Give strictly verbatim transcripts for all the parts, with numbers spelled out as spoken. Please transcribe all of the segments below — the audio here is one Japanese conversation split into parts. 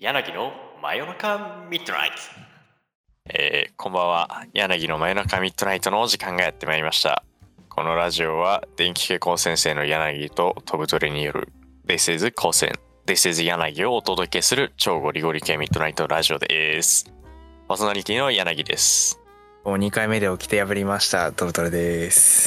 柳の真夜中ミッドナイト、えー、こんばんは。柳の真夜中ミッドナイトのお時間がやってまいりました。このラジオは電気系高専生の柳と飛ぶ鳥による This is 高専 This is 柳をお届けする超ゴリゴリ系ミッドナイトラジオです。パーソナリティの柳です。 もうにかいめで起きて破りました飛ぶ鳥です。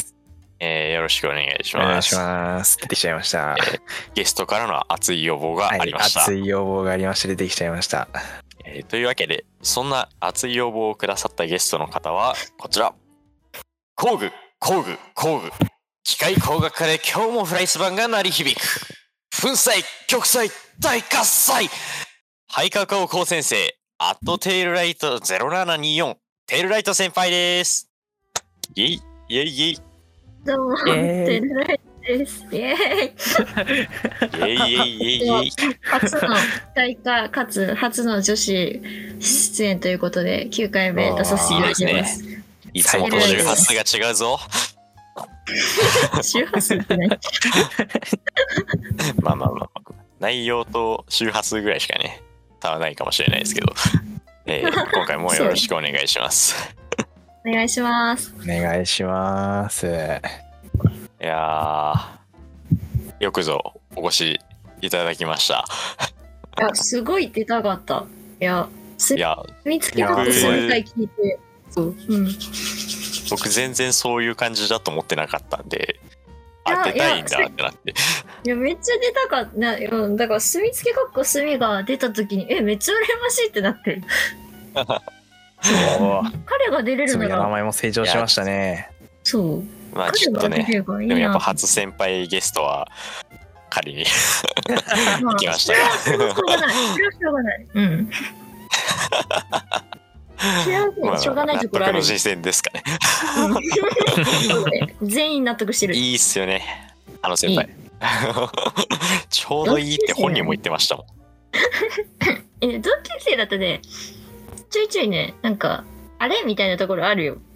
えー、よろしくお願いします。 お願いします。出てきちゃいました、 えー、ゲストからの熱い要望がありました。 はい、熱い要望がありまして出てきちゃいました、 えー、というわけでそんな熱い要望をくださったゲストの方はこちら。工具工具工具機械工学科で今日もフライス板が鳴り響く粉砕極砕大喝采廃科高校先生アットテールライトゼロななによんテールライト先輩です。イエイイエイイエイ。 どうも、テールライトです。イエーイ。 イエイイエイイエイイエイ。 初の大会かつ初の女子出演ということできゅうかいめ出させていただきます。 いいですね。いつもと周波数が違うぞ。 周波数って何？ まあまあまあ内容と周波数ぐらいしかね差はないかもしれないですけど、えー、今回もよろしくお願いします。 お願いします。 お願いします。いやーよくぞお越しいただきました。 いやすごい出たかった。いやいや見つけたって数回聞いて、そう、うん、 僕全然そういう感じだと思ってなかったんで、あ出たいんだってなって。 いやめっちゃ出たかったな。だから墨付けかっこ墨が出た時にえめっちゃ羨ましいってなってる。そう彼が出れるなら名前も成長しましたね。 そうまあちょっとね、でもやっぱ初先輩ゲストは仮に行きましたが、 それはしょうがない。それはしょうがない。うん。しょうがないところある。 納得の人選ですかね。 全員納得してる。 いいっすよね。あの先輩。いいちょうどいいって本人も言ってましたもん。 え、同級生だとね、ちょいちょいね、なんかあれみたいなところあるよ。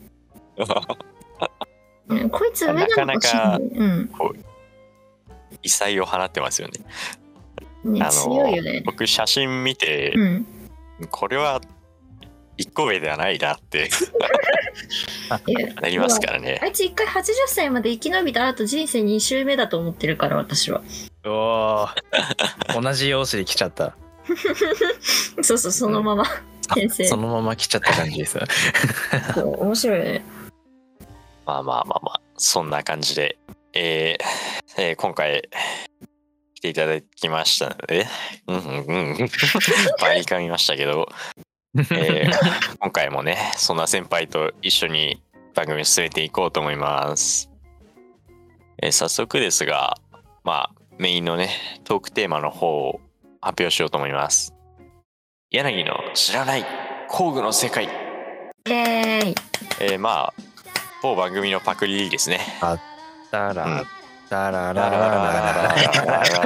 こいつ上なのかもしれない。うん。 異彩を放ってますよね。 ね、 あの強いよね。 僕写真見て、うん、これはいっこ上ではないなってなりますからね。 あいつ一回はちじゅっさいまで生き延びた後人生に周目だと思ってるから私は。 おー同じ容姿で来ちゃった。 そうそうそのまま、うん、先生そのまま来ちゃった感じです。 そう面白いよね。 まあまあまあまあそんな感じで、えーえー、今回来ていただきましたので、うんうんうんバリかみましたけど、えー、今回もねそんな先輩と一緒に番組を進めていこうと思います。えー、早速ですが、まあメインのねトークテーマの方を発表しようと思います。柳の知らない工具の世界。 イエーイ。 えー、まあ某番組のパクリですね。 あったら、うん、ダララララララ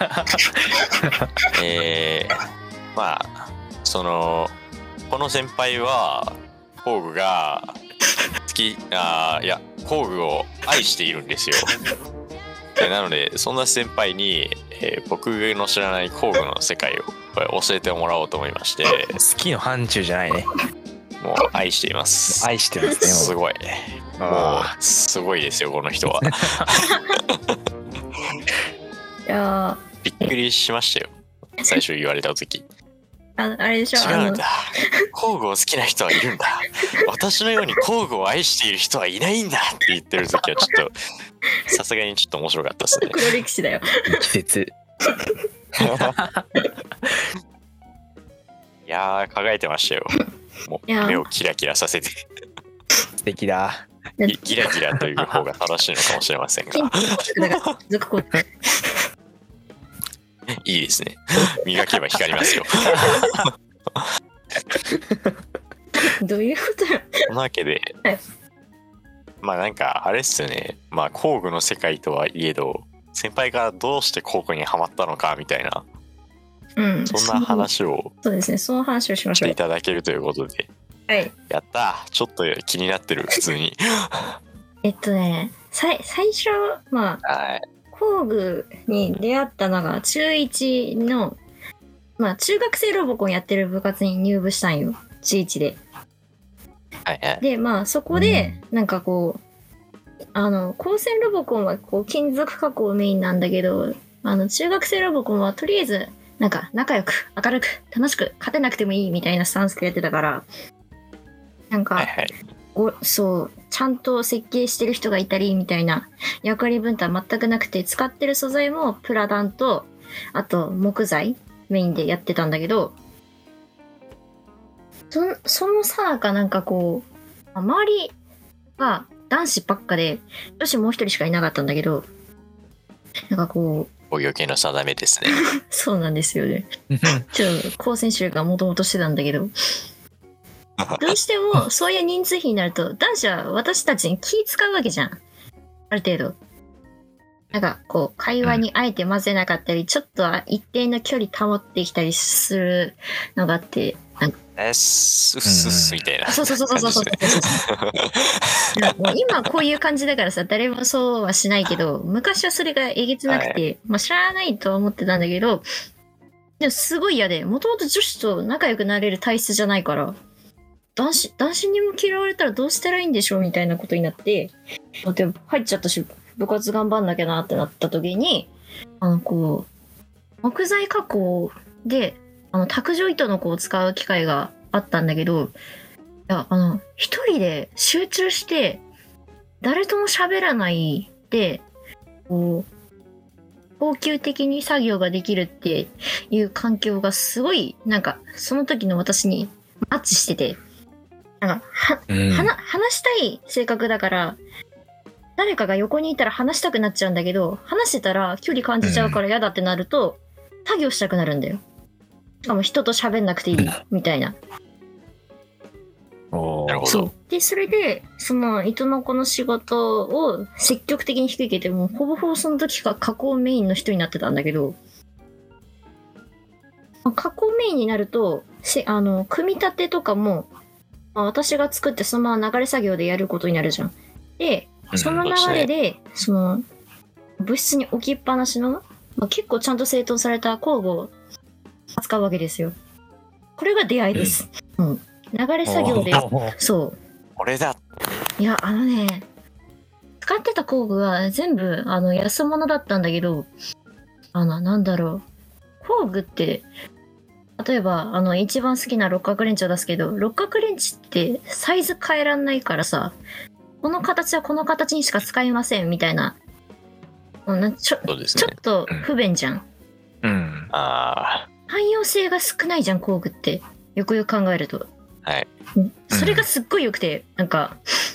えー、まあそのこの先輩は工具が好き、あいや工具を愛しているんですよ。なのでそんな先輩に、えー、僕の知らない工具の世界を教えてもらおうと思いまして。 好きの範疇じゃないね。 もう愛しています。 愛してますね。 すごい。もうすごいですよこの人は。 いやびっくりしましたよ最初言われた時。 あ, あれでしょ。 違うんだ。工具を好きな人はいるんだ。私のように工具を愛している人はいないんだって言ってる時はちょっとさすがにちょっと面白かったですね。 黒歴史だよ。 季節。 いやー輝いてましたよ。もう目をキラキラさせて。 素敵だ。 ギラギラという方が正しいのかもしれませんが。いいですね。磨けば光りますよ。 どういうことや。 そのわけで、まあなんかあれっすよね。まあ工具の世界とはいえど、先輩がどうして工具にはまったのかみたいな、うん、そんな話をそうですね。その話をしましょう。 していただけるということで。 はい。 やったー。ちょっと気になってる普通に。 えっとね、さい最初まあ、はい、工具に出会ったのが中いちのまあ中学生ロボコンやってる部活に入部したんよ、地域で。 はいはい。 でまあそこでなんかこうあの高専ロボコンはこう金属加工メインなんだけど、あの中学生ロボコンはとりあえずなんか仲良く明るく楽しく勝てなくてもいいみたいなスタンスでやってたから、なんか、 はいはい。 おそうちゃんと設計してる人がいたりみたいな役割分担全くなくて、使ってる素材もプラダンとあと木材メインでやってたんだけど、そそのさかなんかこう周りが男子ばっかで女子もう一人しかいなかったんだけど、なんかこうお余計な定めですね。 そうなんですよね。ちょっと高専集がもともとしてたんだけど、どうしてもそういう人数比になると男子は私たちに気使うわけじゃん、ある程度。なんかこう会話にあえて混ぜなかったり、ちょっと一定の距離保ってきたりするのがあって、なんかえっすっすっすみたいな。 そうそうそうそうそうそういやもう今こういう感じだからさ、誰もそうはしないけど、昔はそれがえげつなくて、まあ知らないとは思ってたんだけど、でもすごい嫌で、もともと女子と仲良くなれる体質じゃないから、男子男子にも嫌われたらどうしたらいいんでしょうみたいなことになって、でも入っちゃったし部活頑張んなきゃなってなった時に、あのこう木材加工であの卓上糸の子を使う機会があったんだけど、いやあの一人で集中して誰とも喋らないでこう恒久的に作業ができるっていう環境がすごいなんかその時の私にマッチしてて、なんかは、うん、はな話したい性格だから誰かが横にいたら話したくなっちゃうんだけど、話してたら距離感じちゃうから嫌だってなると、うん、作業したくなるんだよ。しかも人と喋んなくていいみたいな。 おなるほど。 そうでそれでその糸の子の仕事を積極的に引き受けて、もうほぼほぼその時から加工メインの人になってたんだけど、加工メインになるとあの組み立てとかも私が作ってそのまま流れ作業でやることになるじゃん。でその流れで、うん、その物質に置きっぱなしの、まあ、結構ちゃんと整頓された工具を扱うわけですよ。これが出会いです。うん、流れ作業で、そう。 これだ。 いやあのね、使ってた工具は全部あの安物だったんだけど、あのなんだろう、工具って例えばあの一番好きな六角レンチを出すけど、六角レンチってサイズ変えらんないからさ。この形はこの形にしか使いませんみたいな、ちょ、ね、ちょっと不便じゃん。 うん。うん、ああ。 汎用性が少ないじゃん工具って、よくよく考えると。 はい。 それがすっごい良くて、なんか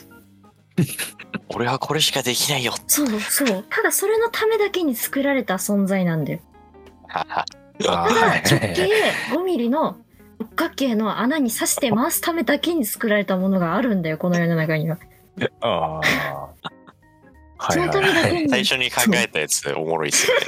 俺はこれしかできないよ。 そうそう。ただそれのためだけに作られた存在なんだよ。ただ直径ごミリの六角形の穴に刺して回すためだけに作られたものがあるんだよ、この世の中には。 ああ。 そのためだけに。 最初に考えたやつおもろいっすよ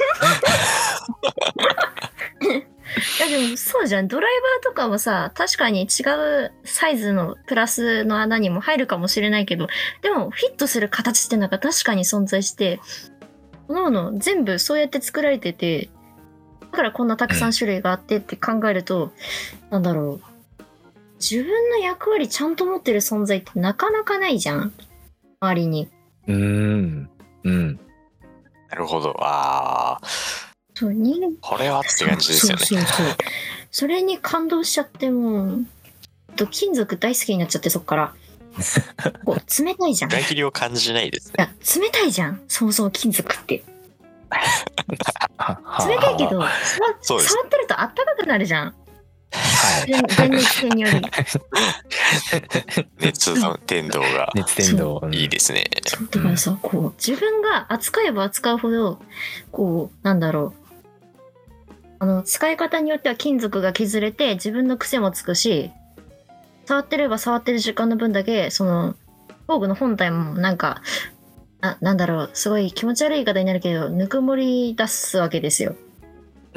ね。いやでもそうじゃん、ドライバーとかもさ、確かに違うサイズのプラスの穴にも入るかもしれないけど、でもフィットする形ってのが確かに存在して、各々全部そうやって作られてて、だからこんなたくさん種類があってって考えると、なんだろう、自分の役割ちゃんと持ってる存在ってなかなかないじゃん、周りに。 うーん、うん。 なるほど。ああ。 そう、人これはって感じですよね。 そうそうそう。それに感動しちゃって、もうと金属大好きになっちゃって、そっからこう冷たいじゃん。 裏切りを感じないですね。 いや冷たいじゃん、そもそも金属って冷たいけど触ってるとあったかくなるじゃん。電熱線により熱伝導が熱伝導いいですね。 だからさ、こう自分が扱えば扱うほどこうなんだろう、あの使い方によっては金属が削れて自分の癖もつくし、触ってれば触ってる時間の分だけその工具の本体もなんかあなんだろう、すごい気持ち悪い言い方になるけどぬくもり出すわけですよ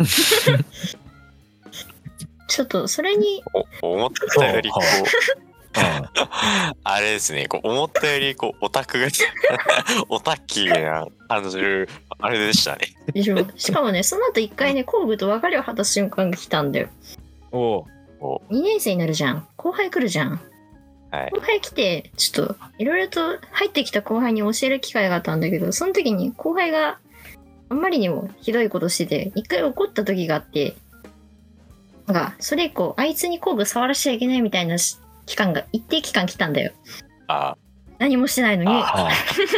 ちょっとそれに思ったよりこうあれですね、こう思ったよりこうオタクがオタッキーな感じるあれでしたね。 でしょ。しかもね、その後一回ね、工具と別れを果たす瞬間が来たんだよ。 おおにねん生になるじゃん。後輩来るじゃん。 はい、 後輩来て、ちょっと、いろいろと入ってきた後輩に教える機会があったんだけど、その時に後輩があんまりにもひどいことしてて、一回怒った時があって、なんか、それ以降、あいつに工具触らしちゃいけないみたいな期間が、一定期間来たんだよ。 あ何もしてないのに。 あ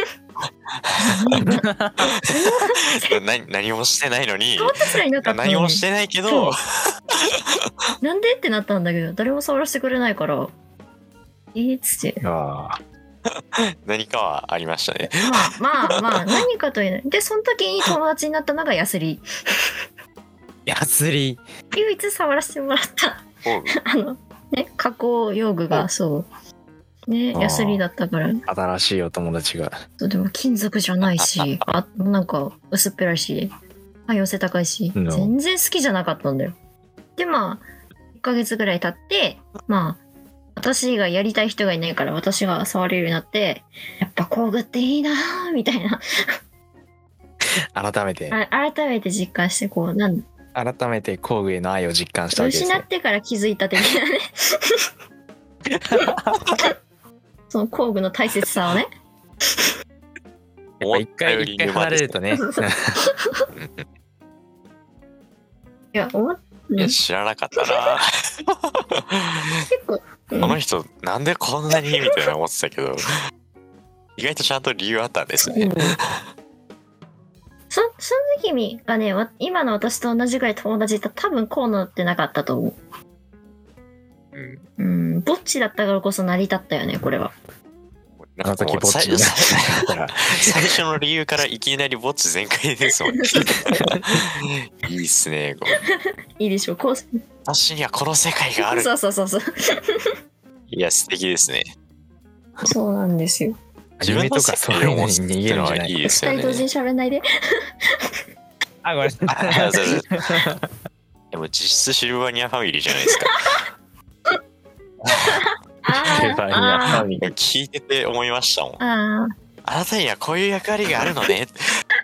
何何もしてないのに、 触ったすらいなかったのに。 何もしてないけど、 なんでってなったんだけど、誰も触らせてくれないから、えーっつって。 あ何かはありましたね。 まあまあまあ、何かというの。で、その時に友達になったのがヤスリ。 ヤスリ。 唯一触らせてもらったあのね、加工用具がそうね、ヤスリだったから。 新しいお友達が。 そうでも金属じゃないし、あなんか薄っぺらいし、汎用性高いし、 No. 全然好きじゃなかったんだよ。でまあいっかげつぐらい経って、まあ私がやりたい人がいないから私が触れるようになって、やっぱ工具っていいなーみたいな改めてあ改めて実感して、こうなん改めて工具への愛を実感したわけですね。 失ってから気づいた的なねその工具の大切さをね。 やっぱ一回一回離れるとね。 いや思っいや知らなかったな。 結構、うん、 この人なんでこんなにみたいな思ってたけど、意外とちゃんと理由あったんですね。 うん、そその時がね、今の私と同じぐらい友達だったら多分こうなってなかったと思う。うん、ぼっちだったからこそ成り立ったよね、これは。 あの時ぼっちになったら最初の理由からいきなりぼっち全開ですもんね。いいっすね。 いいでしょう。こう私にはこの世界がある。 そうそうそうそう。 いや素敵ですね。 そうなんですよ。 自分とかそういうのに逃げるんじゃない。 いいですよね。 二人同時に喋んないで。 あ、ごめん。 でも実質シルバニアファミリーじゃないですか。 あ聞いてて思いましたもん。 ああなたにはこういう役割があるのね。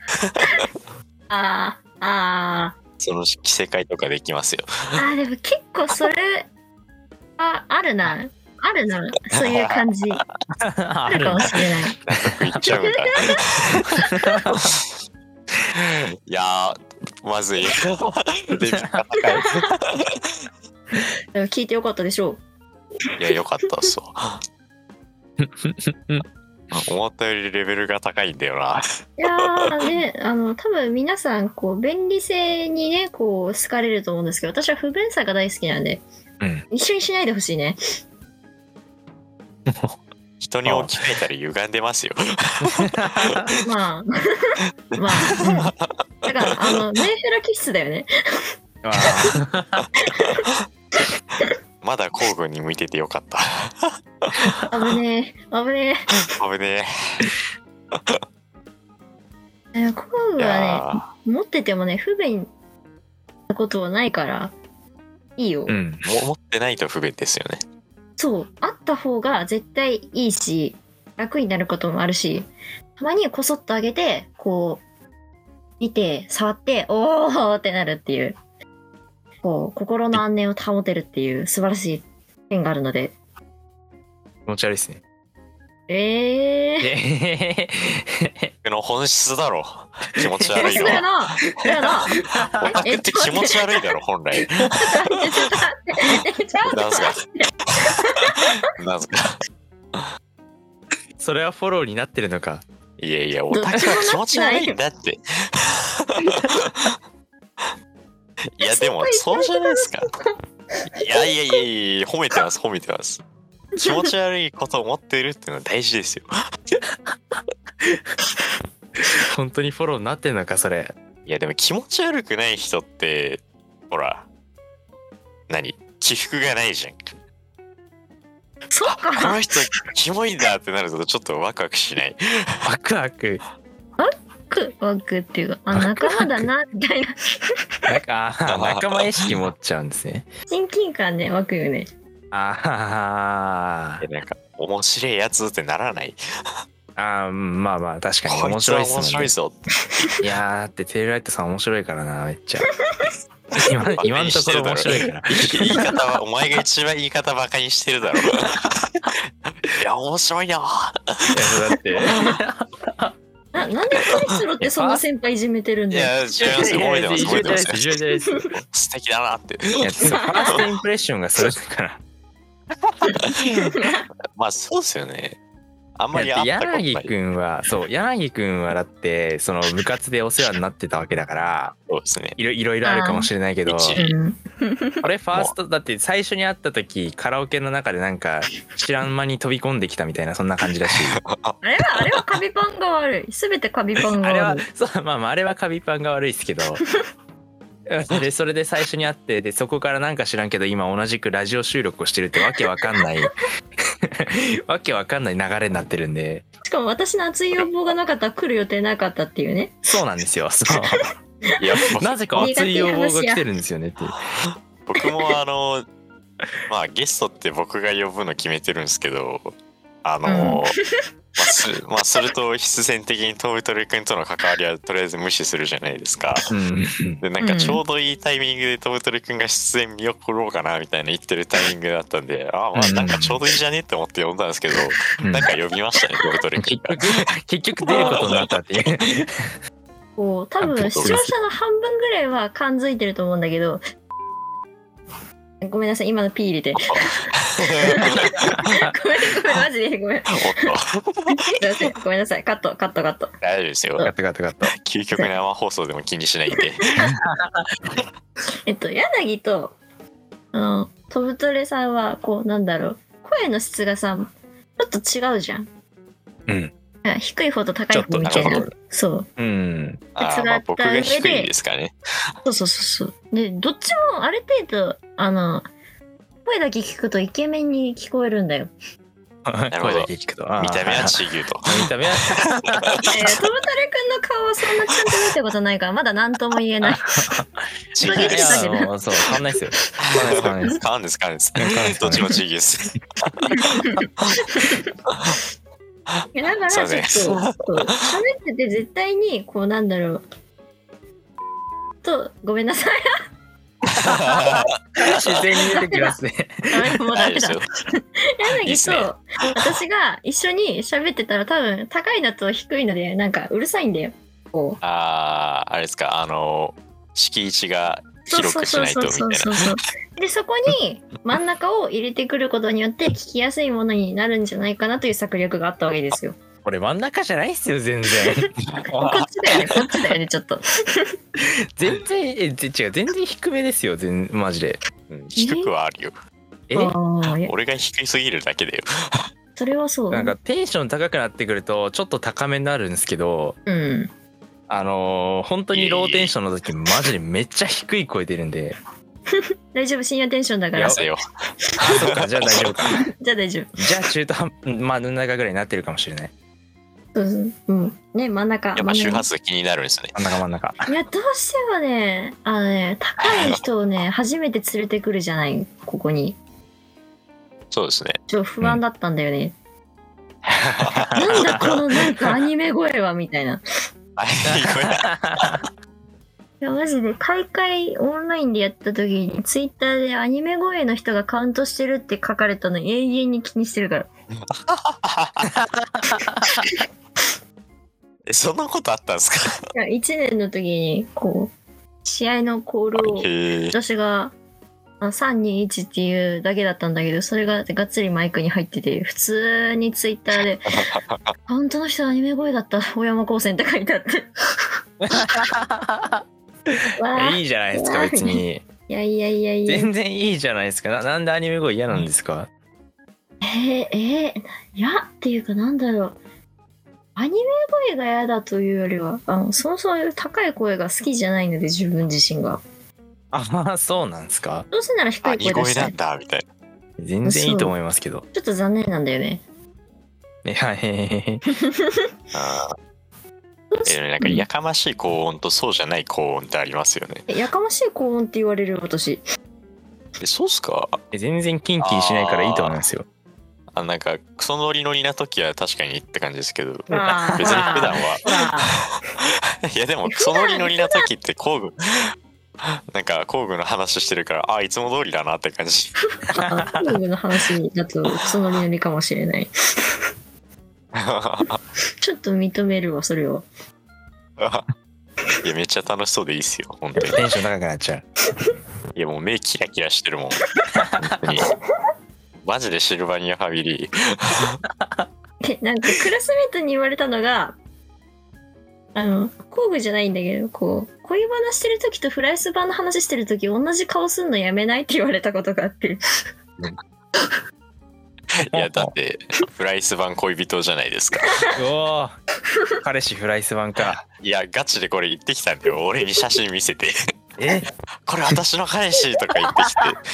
あああその着せ替えとかできますよ。 あでも結構それああるなあるなそういう感じあるかもしれない。 納得いっちゃうんだ。いやーまずい。 でも聞いてよかったでしょう。 いやよかったっすわ。思ったよりレベルが高いんだよな。 いやーね、あの多分皆さんこう便利性にねこう好かれると思うんですけど、私は不便さが大好きなんで、 うん、 一緒にしないでほしいね。 人に置き換えたら歪んでますよ。 まあまあ、うん、だからあのメンヘラ気質だよね。 まだ工具に向いててよかった。 危ねえ危ねえ危ねえ。工具はね持っててもね不便なことはないからいいよ、 うん、 持ってないと不便ですよね。 そうあった方が絶対いいし楽になることもあるし、たまにこそっとあげてこう見て触っておーってなるっていう、こう心の安寧を保てるっていう素晴らしい点があるので。 気持ち悪いですね。 ええー。の本質だろ。気持ち悪いの。 だよな。だよな。 オタクって気持ち悪いだろ本来。なんすか。なんすか。 それはフォローになってるのか。 いやいやオタクは気持ち悪いんだって。いやでもそうじゃないですか。いやいやいやいや褒めてます褒めてます。気持ち悪いことを思ってるっていうのは大事ですよ。 本当にフォローになってんのかそれ。 いやでも気持ち悪くない人ってほら何起伏がないじゃん。 そうか。 この人キモいんだってなるとちょっとワクワクしない。 ワクワク。 ワクワクっていうかあ仲間だなみたいな。 なんか仲間意識持っちゃうんですね。 親近感ね湧くよね。 あえなんか面白いやつってならない。 ああ、まあまあ確かにこいつは面白いっすもんね。 面白いぞって。 いやーだってテールライトさん面白いからなめっちゃ。今今のところ面白いから。 言い方はお前が一番言い方バカにしてるだろ。いや面白いよ。 いやだってななんでカリスロってそんな先輩いじめてるんだよ。 いや違いますよ覚えてます覚えてますよ。 いじめてないです素敵だなって。 いやファーストインプレッションがそれだから。 まあそうですよね。あんまりだって会ったことない。 柳くんはそう柳くんはだってその部活でお世話になってたわけだからそうですね。 いろいろいろあるかもしれないけど、 一うんあれファーストだって最初に会った時カラオケの中でなんか知らん間に飛び込んできたみたいなそんな感じだしあれはあれはカビパンが悪い。すべてカビパンがあれは悪い。 そうまあまああれはカビパンが悪いですけどでそれで最初に会ってでそこからなんか知らんけど今同じくラジオ収録をしてるってわけわかんないわけわかんない流れになってるんでしかも私の熱い要望がなかったら来る予定なかったっていうね。 そうなんですよそういやなぜか熱い要望が来てるんですよねっていう僕もあのまあゲストって僕が呼ぶの決めてるんですけどあの、 うんまあすまあそれと必然的にトムトレ君との関わりはとりあえず無視するじゃないですか。 うんでなんかちょうどいいタイミングでトムトレ君が出演見送ろうかなみたいな言ってるタイミングだったんであまあなんかちょうどいいじゃねって思って呼んだんですけど、 うんなんか呼びましたねトムトレ君結が。 局結局出ることになったっていうこう多分視聴者の半分ぐらいは感づいてると思うんだけど、ごめんなさい今の P 入れて。ごめんごめんマジでごめん。 おっとすいませんごめんなさいカットカットカット。 大丈夫ですよ。 ガットガットガット究極の生放送でも気にしないんで。 えっと柳とあのトブトレさんはこうなんだろう声の質がさちょっと違うじゃん。 うんあ低い方と高い方みたいなちょっとなるほ。 そう。 うんあーまあ僕が低いですかね。 そうそうそうそう。でどっちもある程度あの声だけ聞くとイケメンに聞こえるんだよ。 声だけ聞くとあー見た目はチギュと。 見た目はえー、トブタレくんの顔はそんなちゃんと見たことないからまだ何とも言えない。 チギュいやです。 いやもうそう変わんないですよ変わんないです変わんです変わんです変わんないですどっちもチギュです。 いやだからちょっとすいませんそう喋ってて絶対にこうなんだろうとごめんなさい。 自然に出てきますねあもうダメだ。 大丈夫ですよ。いい柳っすねと私が一緒に喋ってたら多分高いのと低いのでなんかうるさいんだよ。こうあああれですかあの敷地が広くしないとみたいな。 そうそうそうそうそうでそこに真ん中を入れてくることによって聞きやすいものになるんじゃないかなという策略があったわけですよ。 これ真ん中じゃないっすよ全然こっちだよねこっちだよねちょっと。 全然えぜ違う全然低めですよ全マジでうん低くはあるよ。 えあーいや俺が低すぎるだけだよ。 それはそう。 なんかテンション高くなってくるとちょっと高めになるんですけどうん。 あのー、本当にローテンションの時マジでめっちゃ低い声出るんで大丈夫深夜テンションだから。 やせよ。 あそうかじゃあ大丈夫かじゃあ大丈夫。 じゃあ中途半真ん中ぐらいになってるかもしれないそうそううん。ね真ん中。 やっぱ真ん中周波数気になるんですね。 真ん中真ん中いやどうしてもねあのね高い人をね初めて連れてくるじゃないここに。 そうですね。 ちょっと不安だったんだよね。なんだこのなんかアニメ声はみたいな。 あいい声いやマジで大会オンラインでやった時にツイッターでアニメ声の人がカウントしてるって書かれたの永遠に気にしてるから。 えそんなことあったんですか。 いやいちねんの時にこう試合のコールをへえ。 私があさんにいちっていうだけだったんだけどそれががっつりマイクに入ってて普通にツイッターで「カウントの人はアニメ声だった小山高専」って書いてあってわあいいじゃないですか別にいやいやいやいや全然いいじゃないですか な, なんでアニメ声嫌なんですかえー、えー、いやっていうかなんだろうアニメ声が嫌だというよりはあのそもそも高い声が好きじゃないので自分自身がああそうなんですかどうせなら低あい声出したいに声なんだみたいな。 全然いいと思いますけどちょっと残念なんだよねいやへへあーえなんかやかましい高音とそうじゃない高音ってありますよね。 えやかましい高音って言われる私え、そうっすか？ え全然キンキンしないからいいと思いますよ。 あ、なんかクソノリノリな時は確かにって感じですけど、別にほら普段はほらいやでもクソノリノリな時って工具なんか工具の話してるから、あ、いつも通りだなって感じ。 あ工具の話だとクソノリノリかもしれない。ちょっと認めるわそれは。 いやめっちゃ楽しそうでいいっすよ本当に。 テンション高くなっちゃう。 いやもう目キラキラしてるもん本当に。マジでシルバニアファミリー。 でなんかクラスメートに言われたのが、あの工具じゃないんだけど、こう恋バナしてる時とフライス版の話してる時同じ顔すんのやめないって言われたことがあって。 いやだってフライス版恋人じゃないですか。 うおー彼氏フライス版か。 いやガチでこれ言ってきたんだよ。俺に写真見せてえこれ私の彼氏とか言ってき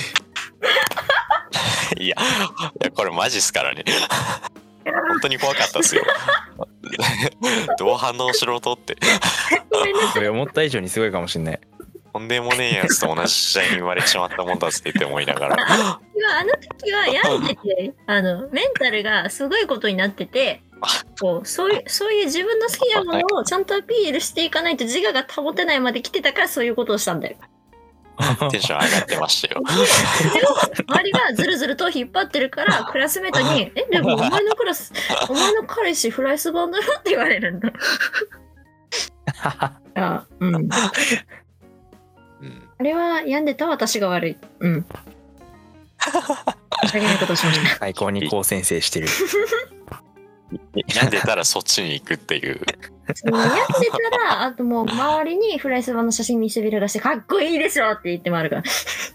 ていやいやこれマジっすからね。本当に怖かったっすよ。どう反応しろとって。 これ思った以上にすごいかもしんない。 とんでもねえやつと同じ時代に生まれてしまったもんだってって思いながら。 今あの時は病んでて、あのメンタルがすごいことになってて、こうそういうそういう自分の好きなものをちゃんとアピールしていかないと自我が保てないまで来てたから、そういうことをしたんだよ。 テンション上がってましたよ。 それを周りがずるずると引っ張ってるから、クラスメートに「えでもお前のクラスお前の彼氏フライス版だよ」って言われるんだ。あ、うん。 うん、 あれは病んでた私が悪い。うん。申し訳ないことをしました。 最高に高先生してる。 病んでたらそっちに行くっていう。 その病んでたら、あともう周りにフライス版の写真見せびらかしてかっこいいでしょって言ってもあるから。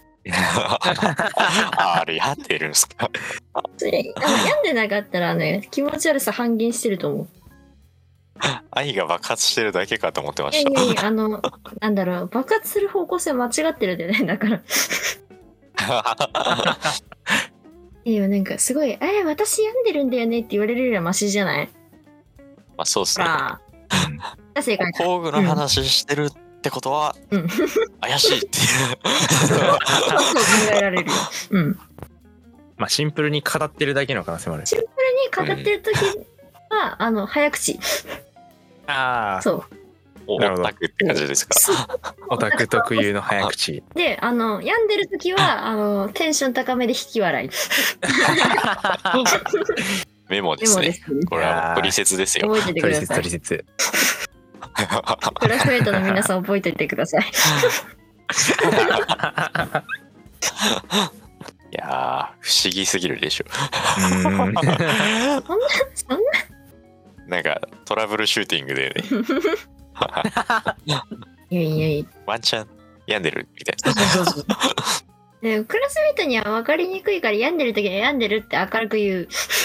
あ、あれ病んでるんすか？ それあの病んでなかったらね、気持ち悪さ半減してると思う。 愛が爆発してるだけかと思ってました。 いやいやいや、あの、なんだろう、爆発する方向性間違ってるんだよね、だから。いや、なんかすごい、え、私病んでるんだよねって言われるよりはマシじゃない？ まあそうっすね。 ああ。正解。 工具の話してるってことは、 うん。 怪しいっていう。 そう考えられるよ。うん。 まあシンプルに語ってるだけの可能性もある。 シンプルに語ってる時は、うん、あの早口。 ああ。 そう。 オタクって感じですか？ オタク特有の早口。 で、あの病んでる時はあのテンション高めで引き笑い。 メモですね。ですねこれは取説ですよ。 覚えててください。 取説。 クラスメートの皆さん覚えておいてください。 いやー不思議すぎるでしょ。 そんなそんななんかトラブルシューティングでね。 いやいやいや。 ワンチャン病んでるみたいな。 そうそうそう。でクラスメートには分かりにくいから病んでる時は病んでるって明るく言う。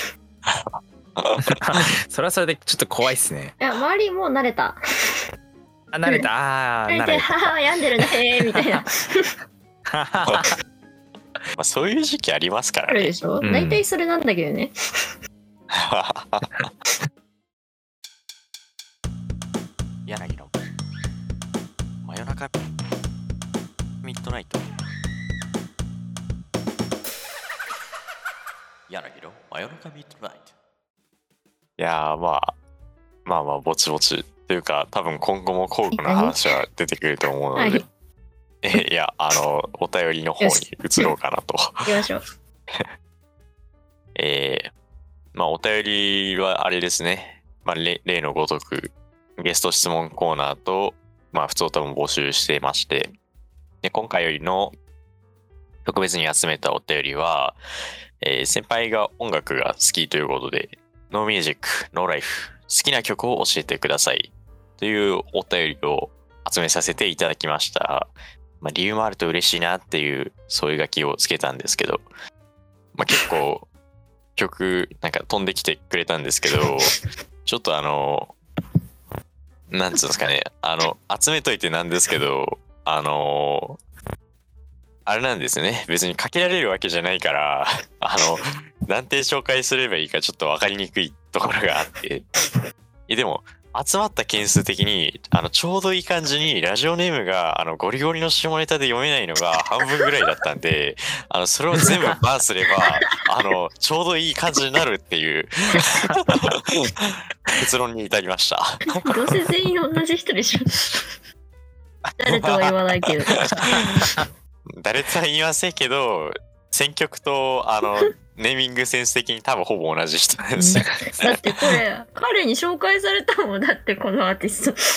それはそれでちょっと怖いっすね。 いや周りもう慣れた。 あ慣れた。あー慣れた。 母病んでるねみたいな。 まあそういう時期ありますからね。 あるでしょ。大体それなんだけどね。 柳の真夜中ミッドナイト。柳の真夜中ミッドナイト。いやーまあまあまあぼちぼちというか多分今後も工具の話は出てくると思うので、はい、えいやあのお便りの方に移ろうかなと。 行きましょう。 えー、まあお便りはあれですね。まあ例のごとくゲスト質問コーナーとまあ普通歌も募集していまして、で今回よりの特別に集めたお便りは、えー、先輩が音楽が好きということで、ノーミュージック、ノーライフ、好きな曲を教えてくださいというお便りを集めさせていただきました。まあ、理由もあると嬉しいなっていうそういう書きをつけたんですけど、まあ、結構曲なんか飛んできてくれたんですけど、ちょっとあのなんつうんですかね、あの集めといてなんですけど、あのあれなんですね、別にかけられるわけじゃないから、あのなんて紹介すればいいかちょっと分かりにくいところがあって、えでも集まった件数的にあのちょうどいい感じにラジオネームがあのゴリゴリの下ネタで読めないのが半分ぐらいだったんであのそれを全部バーすればあのちょうどいい感じになるっていう結論に至りました。 どうせ全員同じ人でしょ。誰とは言わないけど。 誰とは言いませんけど選曲とあのネーミングセンス的に多分ほぼ同じ人なんですよ。 だってこれ彼に紹介されたもん。だってこのアーティスト。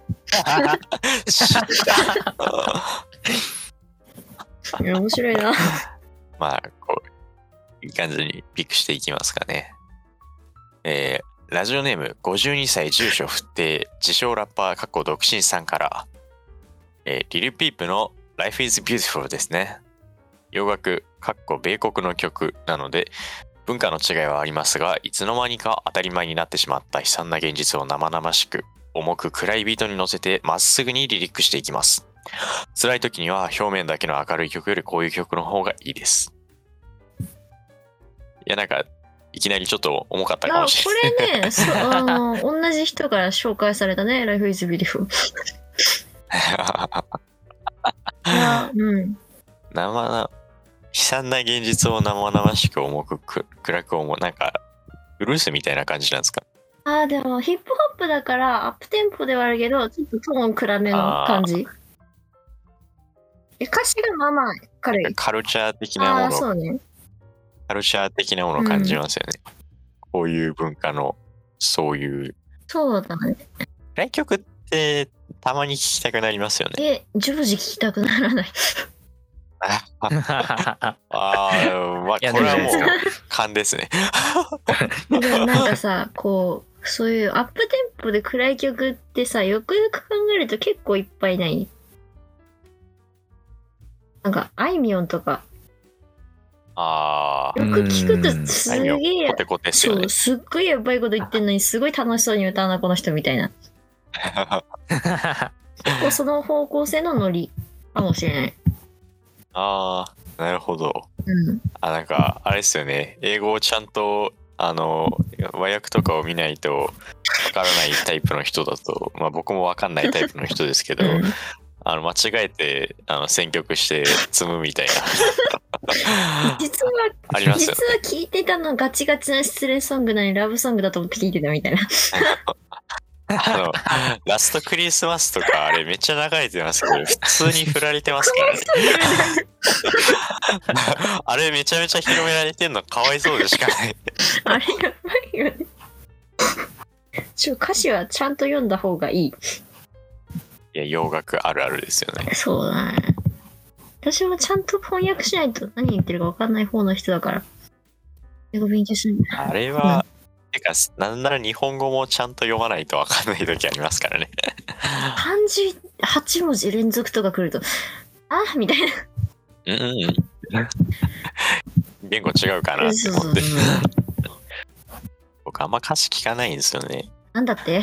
いや面白いな。 まあこういい感じにピックしていきますかね。えー、ラジオネームごじゅうにさい住所不定自称ラッパーかっこ独身さんから、えー、リルピープの Life is Beautiful ですね。洋楽かっこ米国の曲なので文化の違いはありますがいつの間にか当たり前になってしまった悲惨な現実を生々しく重く暗いビートに乗せてまっすぐにリリックしていきます。辛い時には表面だけの明るい曲よりこういう曲の方がいいです。いやなんかいきなりちょっと重かったかもしれない。 これねそあの同じ人から紹介されたね Life is Beautiful。 いやうん生な悲惨な現実を生々しく重くく暗く思うなんかブルースみたいな感じなんですか。 あーでもヒップホップだからアップテンポではあるけどちょっとトーン暗めの感じ。え歌詞がまあまあ軽い。 カルチャー的なものあそうねカルチャー的なものを感じますよね、うん、こういう文化のそういうそうだね。 暗い曲ってたまに聴きたくなりますよね。 え常時聴きたくならない。 ああ、まあこれはもう勘ですね。 でもなんかさこうそういうアップテンポで暗い曲ってさよくよく考えると結構いっぱいない。なんかあいみょんとかあよく聞くとすげえコテコテっすよね。 そうすっごいやばいこと言ってんのにすごい楽しそうに歌うなこの人みたいな。結構その方向性のノリかもしれない。 ああなるほど、 うん、 あなんかあれですよね英語をちゃんとあの和訳とかを見ないとわからないタイプの人だとまあ僕もわかんないタイプの人ですけど、うん、あの間違えてあの選曲して積むみたいな実はありますよね。実は聞いてたのガチガチな失恋ソングなのにラブソングだと思って聞いてたみたいな。 あのラストクリスマスとかあれめっちゃ流れてますけど普通に振られてますからね。あれめちゃめちゃ広められてんのかわいそうでしかない。 あれやばいよね。ちょ歌詞はちゃんと読んだ方がいい。 いや洋楽あるあるですよね。 そうだね。私もちゃんと翻訳しないと何言ってるか分かんない方の人だから英語勉強しない。 あれは、うんてかなんなら日本語もちゃんと読まないと分かんない時ありますからね。 漢字はち文字連続とか来るとあみたいな。 うんうん言語違うかなって思って。僕あんま歌詞聞かないんですよね。 なんだって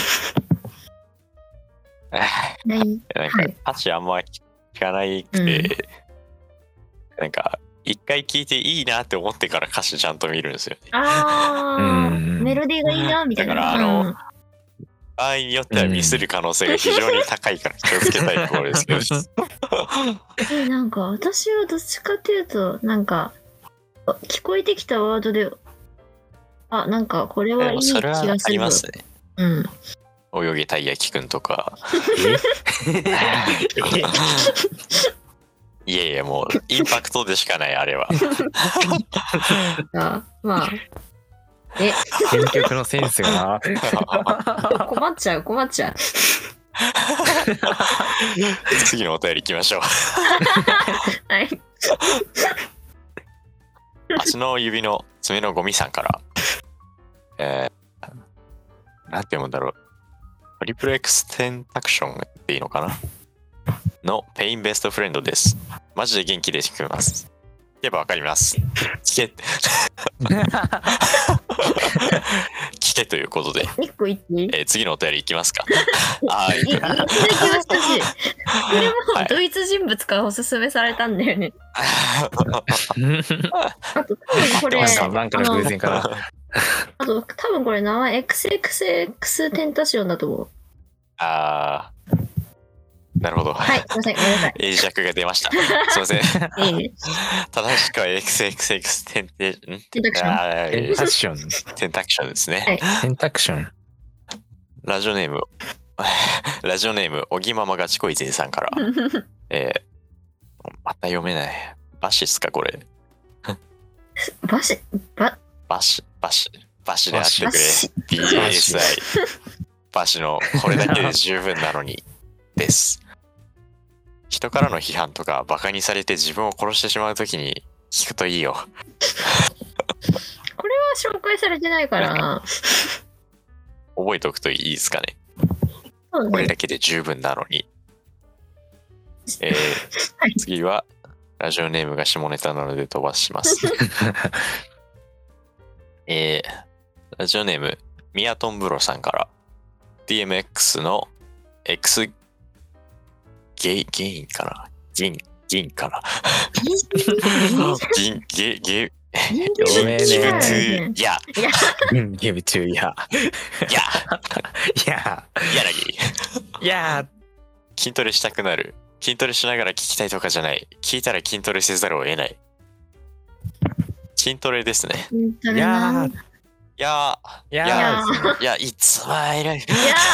何なんか歌詞あんま聞かないくて、はいうん、なんか一回聞いていいなって思ってから歌詞ちゃんと見るんですよね。 ああ、メロディーがいいなみたいな。 だからあの、うん、場合によってはミスる可能性が非常に高いから気をつけたいところですけど。 えなんか私はどっちかっていうとなんか聞こえてきたワードであなんかこれはいい気がする。それはありますね。うん。 泳げたい焼きくんとか。いやいやもうインパクトでしかないあれは。 あまあえ選曲のセンスがな。 困っちゃう困っちゃう。 次のお便り行きましょう。 はい。 足の指の爪のゴミさんから、えー、なんて読むんだろう。トリプルエクステンタクションっていいのかなのペインベストフレンドです。マジで元気で聞こえます。聞けばわかります。聞け。聞けということで。 一個言っていい？ えー、次のお便りいきますか。ああ、いい。 これもドイツ人物からおすすめされたんだよね。あとこれなんかの偶然かな。 あと、多分これ名前 エックスエックスエックス テンタシオンだと思う。 あー、なるほど。 はい、すいません、ごめんなさい。 英弱が出ました。すいません。 いいね。 正しくは エックスエックスエックス テンテ、んテンタクション。 あーテンタクション。 テンタクションですね。 はいテンタクション。 ラジオネーム、ラジオネーム、おぎままがちこいぜいさんから。えー、また読めない。バシっすか、これ。 バシ、バ、 バシ、バシ、バシであってくれバシ。 ビーエスアイ。バシのこれだけで十分なのに、です。人からの批判とかバカにされて自分を殺してしまうときに聞くといいよ。 これは紹介されてないからな。 覚えておくといいですかね。 そうね。 これだけで十分なのに。えーはい次はラジオネームが下ネタなので飛ばします。えーラジオネームミヤトンブロさんから ディーエムエックス の X ゲイゲインかな銀銀かな銀ゲゲ読めねえギブトゥいやいや、 うん、ギブチュー、いや。 いやいや。 柳いや。 筋トレしたくなる。筋トレしながら聞きたいとかじゃない。聞いたら筋トレせざるを得ない。筋トレですね。 いいや。 いやいや。 いやー。 いや、いつもいる。 いや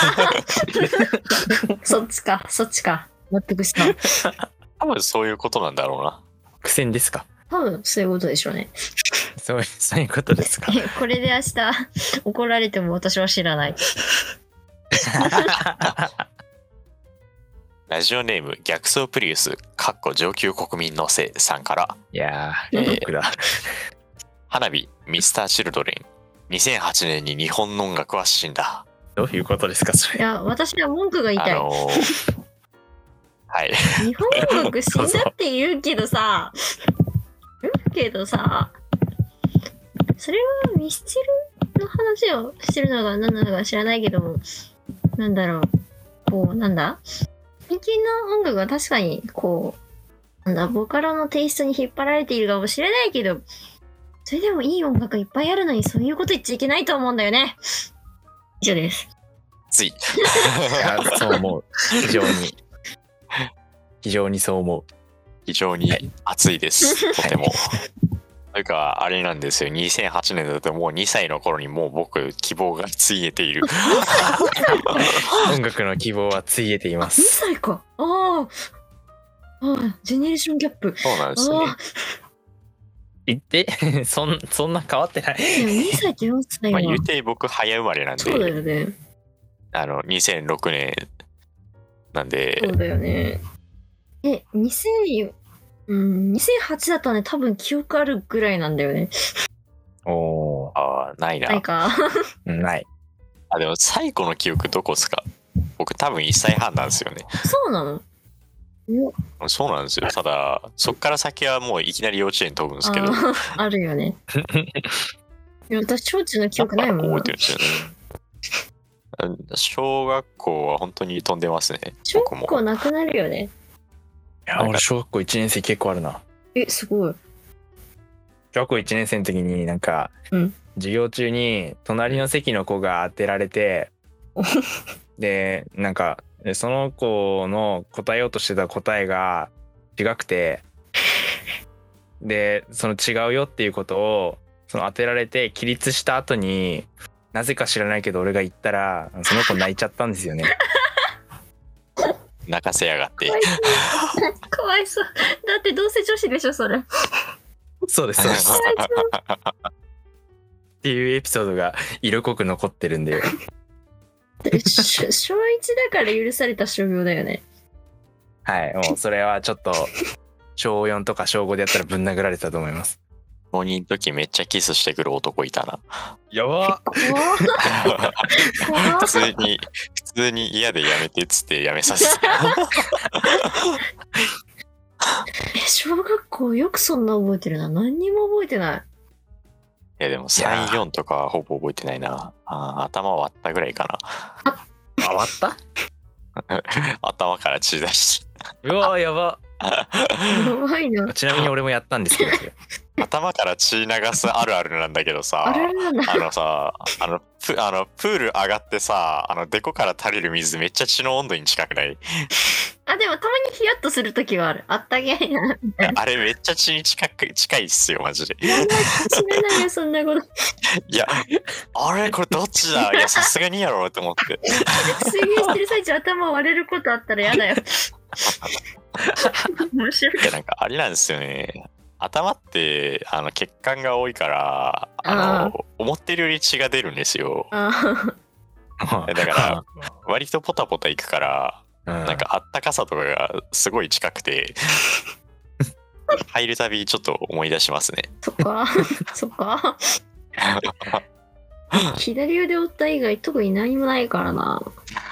ーそっちか、そっちか。納得した。 多分そういうことなんだろうな。 苦戦ですか。 多分そういうことでしょうね。 そう、そういうことですか。 えこれで明日怒られても私は知らない。 ラジオネーム逆走プリウスかっこ上級国民のせいさんからいやえーー、僕だ。 花火ミスターチルドレンにせんはちねんに日本の音楽は死んだ。 どういうことですか、それ。 いや、私は文句が言いたい。 あのーはい。 日本音楽死んだって言うけどさ、言うけどさ、それはミスチルの話をしてるのが何なのか知らないけども、なんだろう、こう、なんだ最近の音楽は確かに、こう、なんだ、ボカロのテイストに引っ張られているかもしれないけど、それでもいい音楽いっぱいあるのにそういうこと言っちゃいけないと思うんだよね。以上です。 つい。 いや、そう思う。非常に。非常にそう思う。 非常に熱いです。とても。というか、あれなんですよ。にせんはちねんだともうにさいの頃にもう僕、希望がついえている。 音楽の希望はついえていまにす。 さいか。ああ。ああ、ジェネレーションギャップ。 そうなんですね。 あ言ってそんそんな変わってない。 あ、でもにさいとよんさいは。 まあ言うて僕早生まれなんそうだで、 よね。 あの、にせんろくねんなんで、 そうだよね。え、にせん、うん、にせんはちだったらね、多分記憶あるぐらいなんだよね。 おー、 ああ、ないな。 ないか。 ない。 あ、でも最古の記憶どこっすか？僕多分いっさいはんなんですよね。 そうなのそうなんですよ。ただ、そっから先はもういきなり幼稚園飛ぶんですけど、 あーあるよね。いや私、小中の記憶ないもんな覚えてるんですよね。小学校は本当に飛んでますね。 小僕も。 学校なくなるよね。 いや、俺小学校いちねん生結構あるな。 え、すごい。 小学校いちねん生の時になんか、 うん授業中に隣の席の子が当てられてでなんかでその子の答えようとしてた答えが違くてでその違うよっていうことをその当てられて起立した後になぜか知らないけど俺が言ったらその子泣いちゃったんですよね。 泣かせやがってかわ。いそう。かわいそう。だってどうせ女子でしょ、それ。 そうですそうですかわいそうっていうエピソードが色濃く残ってるんでえしょ小いちだから許された商業だよね。 はいもうそれはちょっと小よんとか小ごでやったらぶん殴られたと思います。 ごにんの時めっちゃキスしてくる男いたな。 やば怖っ怖っ普通に、普通に嫌でやめてっつってやめさせて。 え、小学校よくそんな覚えてるな。何にも覚えてない。 いやでもさん、よんとかはほぼ覚えてないな。あー頭割ったぐらいか回ったな。頭から血出して。 うわやばやばいな。 ちなみに俺もやったんですけどそれ頭から血流すあるあるなんだけどさ、 あるあるなんだ。 あのさ、あのプあのプール上がってさ、あのデコから垂れる水めっちゃ血の温度に近くない？ あ、でもたまにヒヤッとするときはある。あったけいな。みたいな。 あれめっちゃ血に近く近いっすよマジで。 やばい、知らないよ、そんなこと。 いや、あれこれどっちだ？いやさすがにやろうと思って。 水泳してる最中頭割れることあったらやだよ。面白い。 いやなんかあれなんですよね。頭ってあの血管が多いからあのあ思ってるより血が出るんですよ。 あだから割とポタポタいくから、 うんなんかあったかさとかがすごい近くて入るたびちょっと思い出しますね。 そっか、そっか。左腕折った以外特に何もないからな。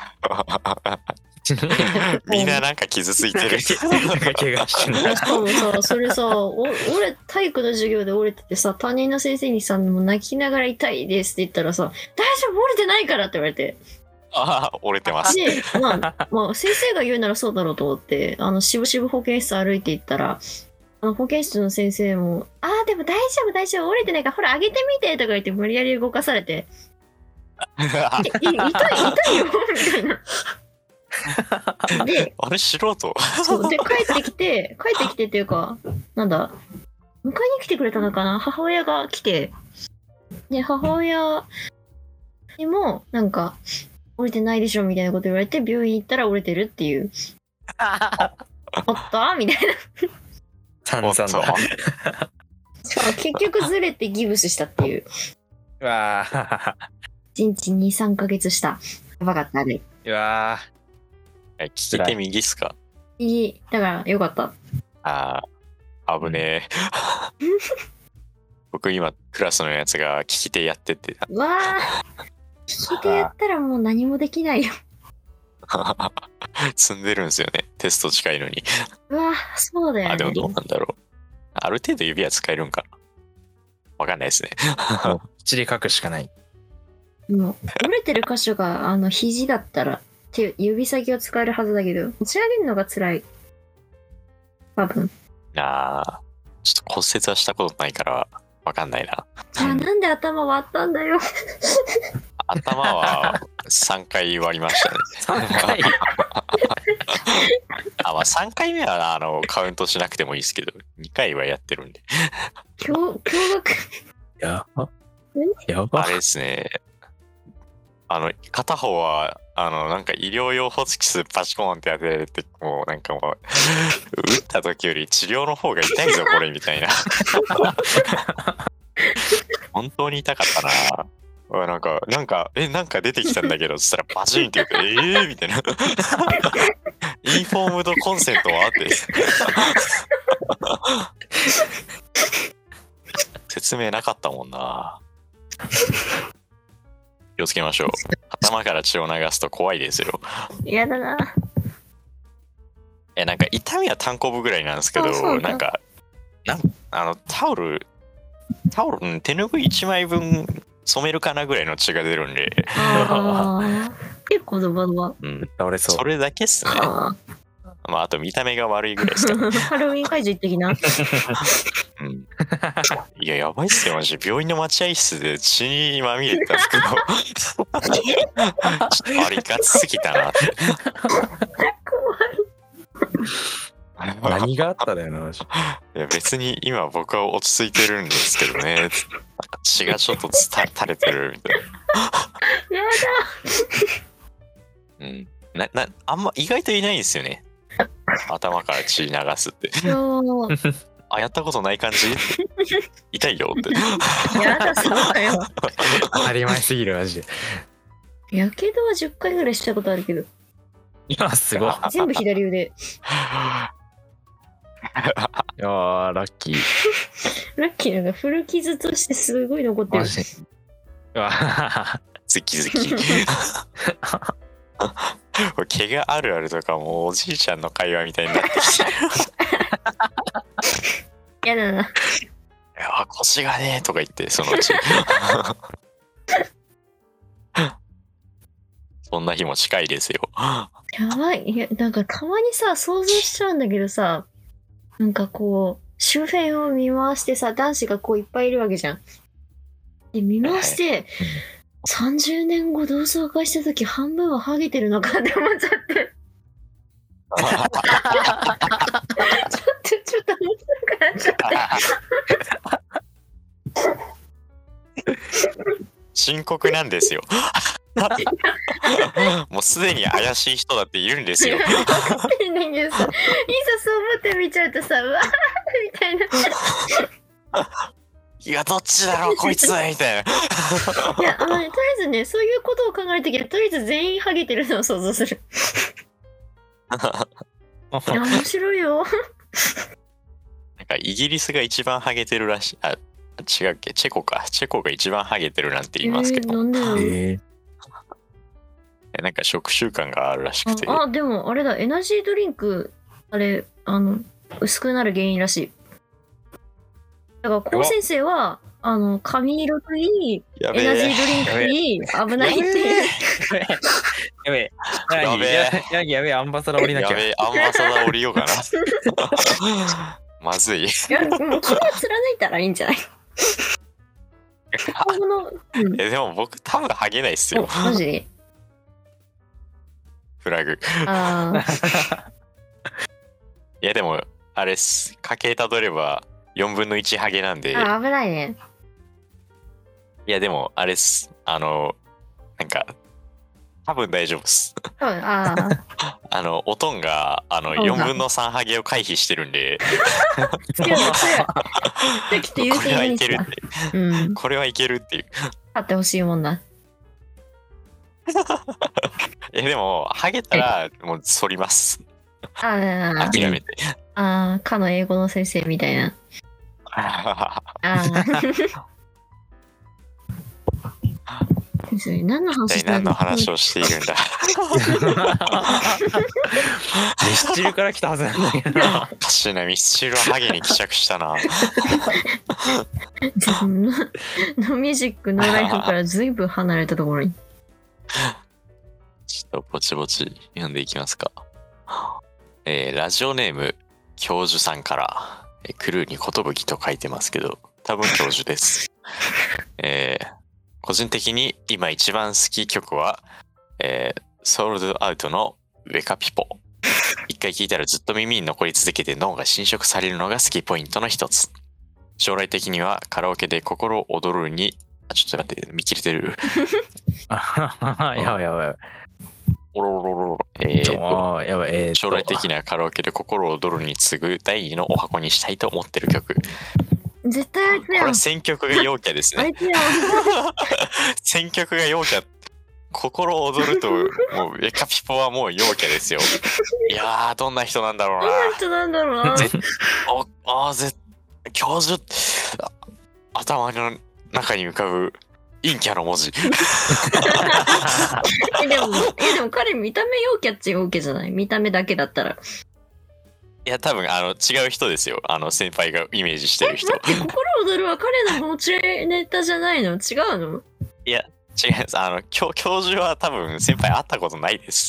みんななんか傷ついてる。 なんか怪我してない。 しかもさ、それさ、お俺、体育の授業で折れててさ、担任の先生にさ、もう泣きながら痛いですって言ったらさ、大丈夫、折れてないからって言われて。 ああ折れてます。 で、まあ、まあ、先生が言うならそうだろうと思って、あの、しぶしぶ保健室歩いていったら、あの保健室の先生も、ああ、でも大丈夫、大丈夫、折れてないから、ほら、上げてみてとか言って無理やり動かされて、いい痛い、痛いよ、みたいな。で、 あれ素人？ そうで、帰ってきて、帰ってきてっていうか、なんだ、迎えに来てくれたのかな、母親が来て、で、母親にも、なんか、折れてないでしょみたいなこと言われて、病院行ったら折れてるっていう。おっとみたいな。 散々だ。 しかも結局ずれてギブスしたっていう。 うわー。 いちにちに、さんかげつした。やばかったね。 うわえ利き手右っすか？ いい。だから、よかった。 ああ危ねえ。僕今クラスのやつが利き手やっててうわぁ。利き手やったらもう何もできないよ。 積んでるんですよね、テスト近いのに。 うわぁ、そうだよね。 あでもどうなんだろう、ある程度指は使えるんかな、わかんないですね。 ー。もう口で書くしかない。 もう折れてる箇所があの肘だったら手指先を使えるはずだけど持ち上げるのが辛い多分。 ああちょっと骨折はしたことないからわかんないな。 あなんで頭割ったんだよ。 頭はさんかい割りましたね。 さんかいあまあさんかいめはあのカウントしなくてもいいですけどにかいはやってるんで。 驚驚愕。 やば。やばあれですね、あの片方はあのなんか医療用ホチキスパチコーンってやってて、もうなんかもう打った時より治療の方が痛いぞこれみたいな。本当に痛かったな。うわなんかなんかえなんか出てきたんだけどそしたらバチンって言ってえーみたいな。インフォームドコンセントはって説明なかったもんな。気をつけましょう。頭から血を流すと怖いですよ。 やだな。 えなんか痛みは単行部ぐらいなんですけど、 あそうだなんかなんあのタオルタオル、うん、手ぬぐいいちまいぶん染めるかなぐらいの血が出るんで、 あー結構ドバドバ。 うん、 倒れそう。 それだけっすね。 あまああと見た目が悪いぐらいですかね。 ハロウィン会場行ってきな。 うん、いややばいっすよマジ。病院の待合室で血にまみれた服をちょっとあれガチすぎたなって何があっただよな、マジ。 いや別に今僕は落ち着いてるんですけどね、なんか血がちょっとつた垂れてるみたいやな、うん、ななあんま意外といないんですよね、頭から血流すって。 だよあやったことない感じ痛いよってー。やだそうだよ。 当たり前すぎる、マジで。 やけどはじゅっかいぐらいしたことあるけどいや、すごい。い全部左腕。 やー、ラッキー。 ラッキーなんか古傷としてすごい残ってるマ。ジで。うわズキズキ毛があるあるとかもうおじいちゃんの会話みたいになってきてる。 やだな。 いや腰がねとか言ってそのうちそんな日も近いですよ。 やばい。いや、なんかたまにさ、想像しちゃうんだけどさ、なんかこう、 周辺を見回してさ、男子がこういっぱいいるわけじゃん。で、見回して、さんじゅうねんご同窓会した時半分はハゲてるのかって思っちゃって。ちょっと、ちょっと面白くなっちゃって。 深刻なんですよ。もうすでに怪しい人だっているんですよ。 分かってるんだけどさ、いざそう思って見ちゃうとさ、うわーみたいな。 いや、どっちだろうこいつみたいな。いや、あのね、とりあえずね、そういうことを考えるときは、とりあえず全員ハゲてるのを想像する。いや、面白いよ。 なんかイギリスが一番ハゲてるらしい。あ、違うっけ、チェコか。チェコが一番ハゲてるなんて言いますけど。 えー、なんでだろう。 えー、なんか食習慣があるらしくて。 あ、あでもあれだ、エナジードリンク、あれ、あの、薄くなる原因らしい。だから、高先生は、あの、髪色といい、エナジードリンクといい、危ないっていう。 やべえ。 やべえ。 ヤギやべえ、アンバサダー降りなきゃ。 やべえ、アンバサダー降りようかな。まずい。いや、もう君は貫いたらいいんじゃない？ うん、えでも僕多分ハゲないっすよ。 マジ？ フラグ。 あいやでもあれっす。家計たどればよんぶんのいちハゲなんで。 あ、危ないね。 いやでもあれっす。あのなんか多分大丈夫っす。 ああ。 あのおとんがあのよんぶんのさんハゲを回避してるんで。 これはいけるって。うん、 これはいけるっていう。 買ってほしいもんだ。 えでもハゲたらもう反ります。 ああ。 諦めて。 ああ、かの英語の先生みたいな。ああ。何の話何の話をしているんだ。 ミスチルから来たはずなんだけど。 おかしいな、ミスチルはハゲに帰着したな。 ノミュージックのライフからずいぶん離れたところに。 ちょっとぼちぼち読んでいきますか。えー、ラジオネーム教授さんから、えー、クルーに寿と書いてますけど、多分教授です。えー個人的に今一番好き曲は、えー、ソールドアウトのウェカピポ。一回聴いたらずっと耳に残り続けて脳が侵食されるのが好きポイントの一つ。将来的にはカラオケで心躍るに、あ、ちょっと待って、見切れてる。 やばいやばいやばい。 おろろろろ。えー、 やばい、えー、 将来的にはカラオケで心躍るに次ぐ第二のお箱にしたいと思ってる曲。 絶対あいつやん。 これ選曲が陽キャですね。 あいつやん。 選曲が陽キャ。心躍ると、もうウェカピポはもう陽キャですよ。いやー、どんな人なんだろうな。 どんな人なんだろうな。 ぜああ、ぜ教授、頭の中に浮かぶ陰キャの文字。 え、でも、え、でも彼見た目陽キャっちゃ陽キャじゃない？見た目だけだったら。 いや多分あの違う人ですよ。あの先輩がイメージしてる人。 待って、心躍るは彼の持ちネタじゃないの？違うの？ いや違います。あの教教授は多分先輩会ったことないです。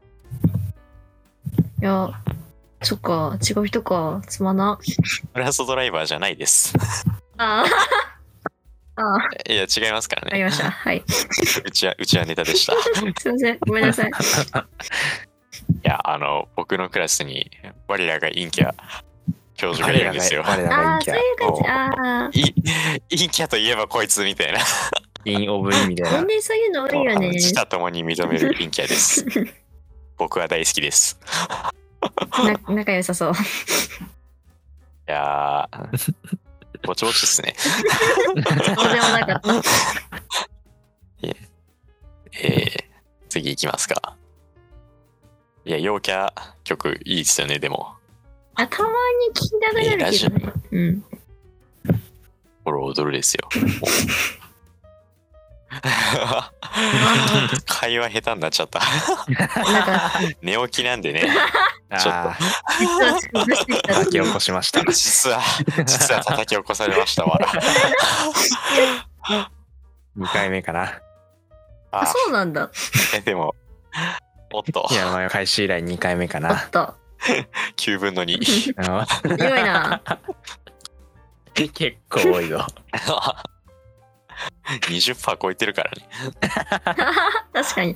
いやそっか、違う人か。つまな。 フラストドライバーじゃないです。 ああ。ああ。 いや違いますからね。 ありました。はい。 うちはうちはネタでした。 すいません、ごめんなさい。 いや、あの、僕のクラスに、我らが陰キャ、教授がいるんですよ。 我らが陰キャ。 ああ、そういう感じ。ああ。 陰キャといえばこいつみたいな。 陰オブイみたいな。 全然そういうの多いよね。 自他ともに認める陰キャです。僕は大好きです。 な仲良さそう。いやー、ぼちぼちですね。 そうでもなかった。 えー、次行きますか。いや、陽キャ曲いいですよね、でも。 あ、たまに聞きたくなるけどね。うん。 心躍るですよ。会話下手になっちゃった。 なんか寝起きなんでね。ちょっと。 叩き起こしました。 実は、実は叩き起こされましたわ。 にかいめかな。 あ、そうなんだ。 え、でも、おっと。 いや、まあ、開始以来にかいめかな。 おっと。 きゅうぶんのに。 あ強いな。 結構多いぞ。 にじゅっパーセント 超えてるからね。 確かに。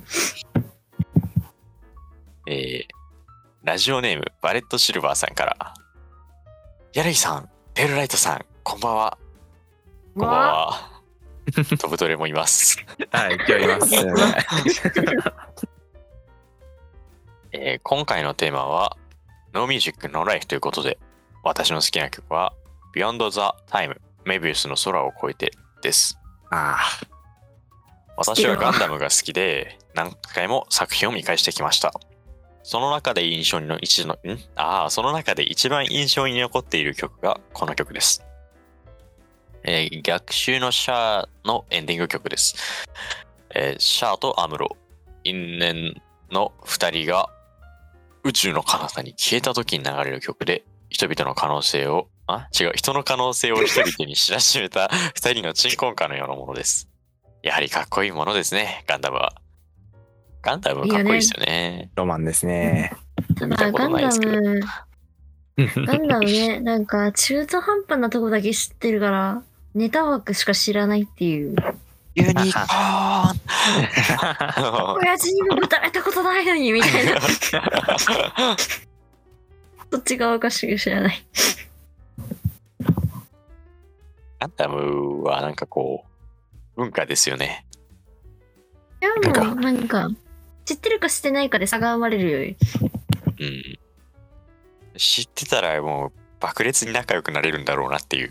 えー、ラジオネームバレットシルバーさんから。柳さん、ペールライトさん、こんばんは。こんばんは。飛ぶトレもいます。 はい、今日います。 えー、今回のテーマはノーミュージックノーライフということで、私の好きな曲は Beyond the Time メビウスの空を越えてです。 ああ。 私はガンダムが好きで何回も作品を見返してきました。その中で印象にの一のんああその中で一番印象に残っている曲がこの曲です。えー、逆襲のシャアのエンディング曲です。えー、シャアとアムロ因縁のふたりが宇宙の彼方に消えた時に流れる曲で、人々の可能性をあ違う人の可能性を人々に知らしめたふたりの鎮魂歌のようなものです。やはりかっこいいものですね、ガンダムは。ガンダムかっこいいですよね。 ロマンですね。 ただガンダム、ガンダムね、なんか中途半端なとこだけ知ってるから、ネタ枠しか知らないっていう。 ユニコーン親父にもぶたれたことないのにみたいな。そっち側かしか知らない。 ガンダムはなんかこう文化ですよね。 いやもうなんか知ってるか知ってないかで差が生まれるより。 うん。知ってたらもう爆裂に仲良くなれるんだろうなっていう。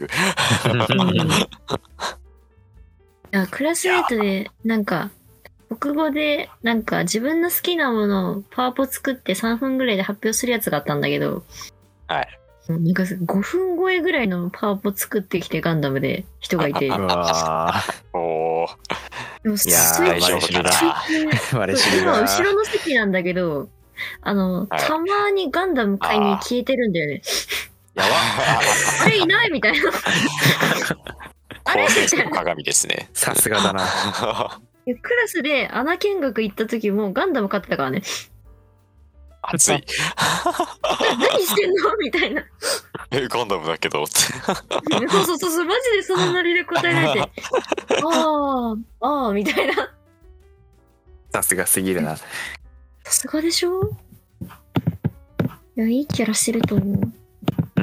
いやクラスメートでなんか国語でなんか自分の好きなものをパワポ作ってさんぷんぐらいで発表するやつがあったんだけど、 はい。 なんかごふん超えぐらいのパワポ作ってきてガンダムで人がいて。 うわおー。 でもいやー、バレシルだ。バレシルだ。 今後ろの席なんだけど、あの、 はい、 たまにガンダム買いに消えてるんだよね。 やばあれいないみたいな。 高先生の鏡ですね。 さすがだな。 クラスで穴見学行った時もガンダム買ってたからね。 熱い。 何してんのみたいな。 え、ガンダムだけどって。 そうそうそうそう、マジでそのノリで答えられて。ああ、ああ、みたいな。 さすがすぎるな。 さすがでしょ。いや、いいキャラしてると思う。 うん。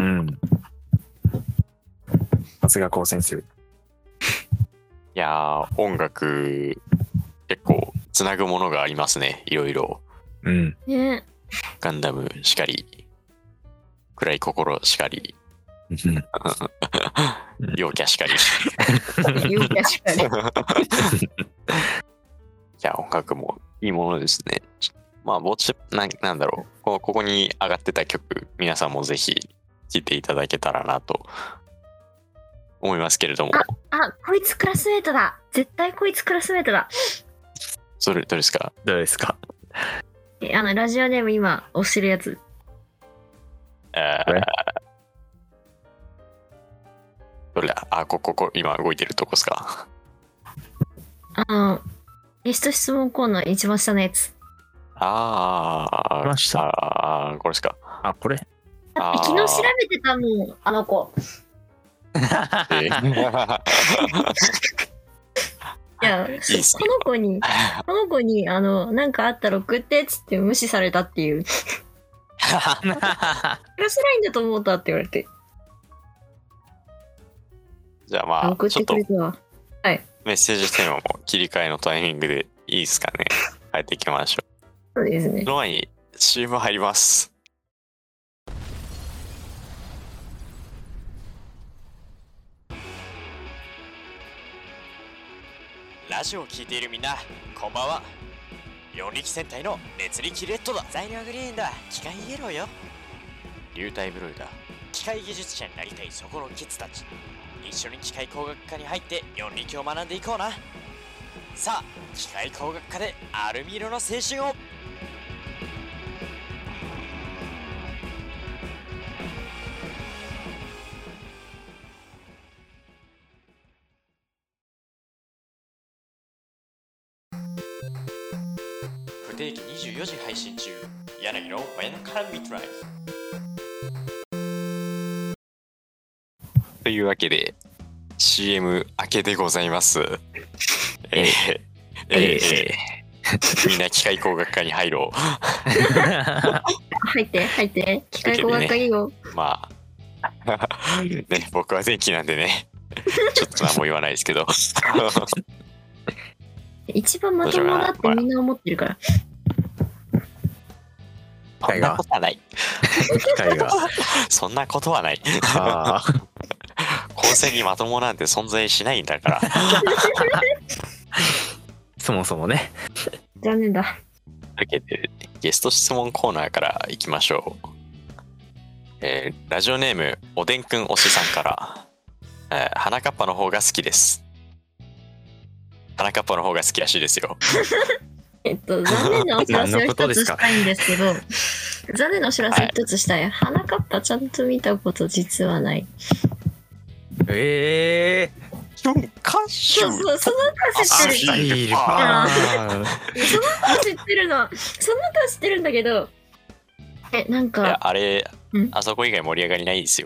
さすが高専生。 いやー、音楽結構つなぐものがありますね、いろいろ。 うん。 ね。 ガンダムしかり、暗い心しかり、陽キャしかり。 陽キャしかり。 いや、音楽もいいものですね。まあ、ぼちな、なんだろうこ、ここに上がってた曲、皆さんもぜひ聴いていただけたらなと思いますけれども。 あ、あ、こいつクラスメートだ。絶対こいつクラスメートだ。 それ、どれですか？ どうですか？ え、あの、ラジオネーム今押してるやつ。 えー、どれだ？あ、ここ、ここ、今動いてるとこですか？ あの、リスト質問コーナー一番下のやつ。 あー、 ましたあー、これですか？ あ、これだって昨日調べてたもん、あの子。 えーいや、 いいっすねこの子に、この子に、あの、なんかあったら送ってっつって無視されたっていう。クラスラインだと思ったって言われて。 じゃあまあ、 送っちょっとてくれたわ。 メッセージテーマも切り替えのタイミングでいいですかね。変えていきましょそうですねう。そ。の前に シーエム 入ります。ラジオを聞いているみんな、こんばんは。四力戦隊の熱力レッドだ。材料グリーンだ。機械イエローよ。流体ブルーだ。機械技術者になりたいそこのキッズたち。一緒に機械工学科に入って四力を学んでいこうな。さあ、機械工学科でアルミ色の青春を。不定期にじゅうよじ配信中。 柳の When Can We Try というわけで シーエム 明けでございます。えー、えー、えー、みんな機械工学科に入ろう。 入って入って機械工学科いいよ。 ね、まあね、僕は前期なんでねちょっと何も言わないですけど一番まともだってみんな思ってるから。 そんなことはない。 機械がそんなことはない。 あ高専にまともなんて存在しないんだからそもそもね。 残念だ。 というわけでゲスト質問コーナーからいきましょう。えー、ラジオネームおでんくんおしさんから、えー、花かっぱの方が好きです。花かっぱの方が好きらしいですよ。 えっと残念なお知らせを一つしたいんですけど残念なお知らせ一つしたい、はい、花かっぱちゃんと見たこと実はない。 ええー、歌手そうそう、その歌知ってる。その歌知ってるの。その歌知ってるんだけど、え、なんか。 あれ、あそこ以外盛り上がりないですよ。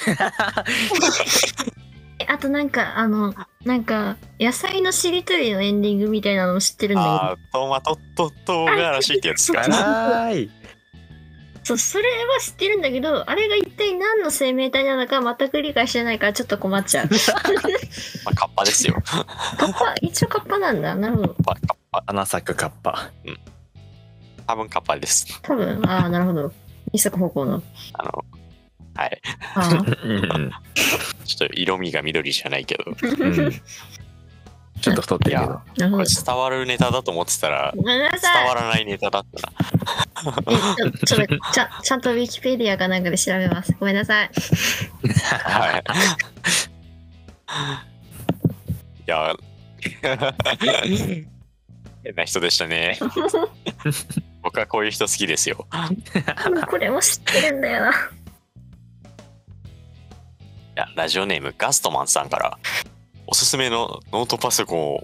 あとなんか、あの、なんか、野菜のしりとりのエンディングみたいなのを知ってるんだけど。 あー、トマトと唐辛子ってやつか。 そう、それは知ってるんだけど、あれが一体何の生命体なのか全く理解してないからちょっと困っちゃう。 まあ、カッパですよ。 カッパ、一応カッパなんだ。なるほど。 カッパ。 花咲くカッパ。 うん。多分カッパです。 多分、ああ、なるほど。二足歩行の。 あの、はい。 あちょっと色味が緑じゃないけど。 うんちょっと太ってるけど。 これ伝わるネタだと思ってたら伝わらないネタだったな。 えちょちょっとちゃちゃんとウィキペディアかなんかで調べます。ごめんなさい。 はい。いや変な人でしたね。僕はこういう人好きですよ。 これも知ってるんだよな。いやラジオネームガストマンさんから。おすすめのノートパソコンを、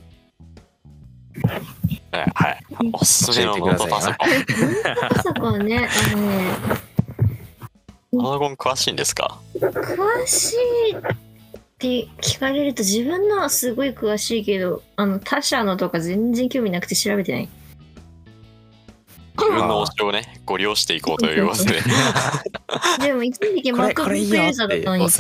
はい、おすすめのノートパソコン。 ノートパソコンね、あのね。 パソコン詳しいんですか？ 詳しいって聞かれると自分のはすごい詳しいけど、あの他社のとか全然興味なくて調べてない。 自分の推しをね、ご利用していこうということで。 でも一時期 MacBook ユーザーだったのに。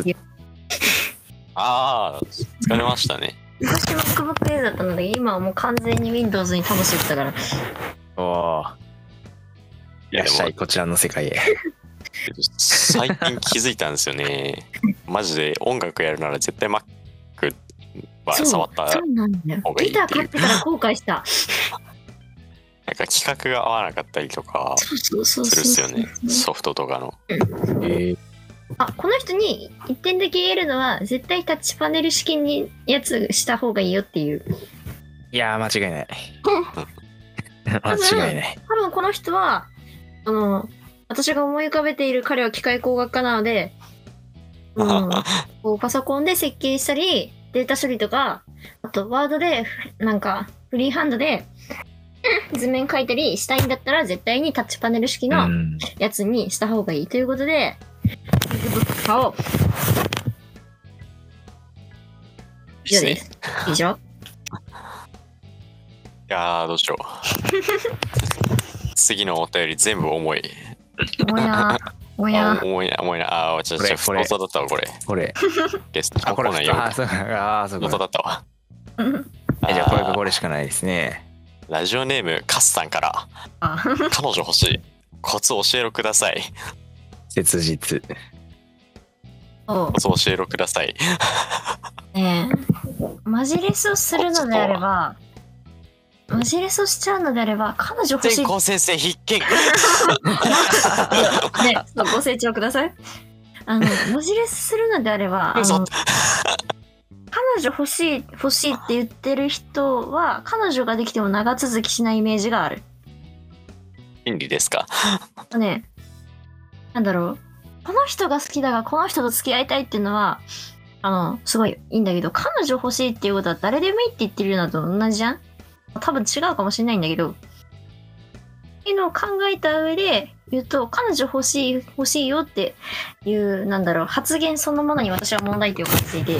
ああ、疲れましたね。 昔 MacBook Air だったので、今はもう完全に Windows に魂打ったから。 おお。いらっしゃい、こちらの世界へ。 最近気づいたんですよね。マジで音楽やるなら絶対 Mac は触った方がいいっていう。そうなんだよ。ギター買ってから後悔した。なんか規格が合わなかったりとかするっすよね。ソフトとかの。 えーあ、この人に一点だけ言えるのは絶対タッチパネル式にやつした方がいいよっていう。 いやー間違いない間違いない。 多分この人はあの私が思い浮かべている彼は機械工学科なので、うん、こうパソコンで設計したりデータ処理とかあとワードでなんかフリーハンドで図面書いたりしたいんだったら絶対にタッチパネル式のやつにした方がいいということで、顔以上です。以上。いやーどうしよう。次のお便り全部重い。 おやおや重いな重いな。ああちょっと太さだったわこれ。 これ。 ゲストあこれあそうあそう太だったわ。 えじゃあこれこれしかないですね。 ラジオネームカスさんから。彼女欲しい。コツ教えろください。 切実。 コツ教えろください。 ねえ、マジレスをするのであれば、マジレスをしちゃうのであれば、彼女欲しい。 全校先生必見。ね、 ご清聴ください。あのマジレスするのであれば、あの彼女欲しい欲しいって言ってる人は彼女ができても長続きしないイメージがある。 心理ですか？ ね、なんだろう。この人が好きだがこの人と付き合いたいっていうのはあのすごいいいんだけど、彼女欲しいっていうことは誰でもいいって言ってるのと同じじゃん。多分違うかもしれないんだけど、っていうのを考えた上で言うと、彼女欲しい、欲しいよっていう、なんだろう、発言そのものに私は問題点を感じていて、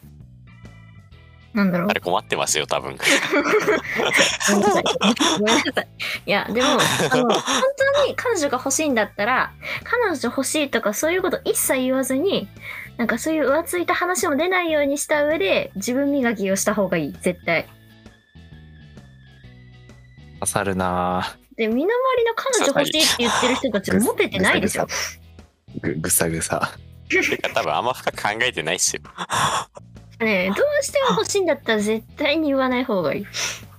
なんだろう。 あれ困ってますよ、多分。 ごめんなさい。ごめんなさい。いや、でも、あの、本当に彼女が欲しいんだったら、彼女欲しいとかそういうこと一切言わずに、なんかそういう浮ついた話も出ないようにした上で、自分磨きをした方がいい、絶対。 刺さるなで、身の回りの彼女欲しいって言ってる人たちモテてないでしょ。 ぐぐさぐさ。 てか多分あんま深く考えてないっすよ。 ねえ、どうしても欲しいんだったら絶対に言わない方がいい。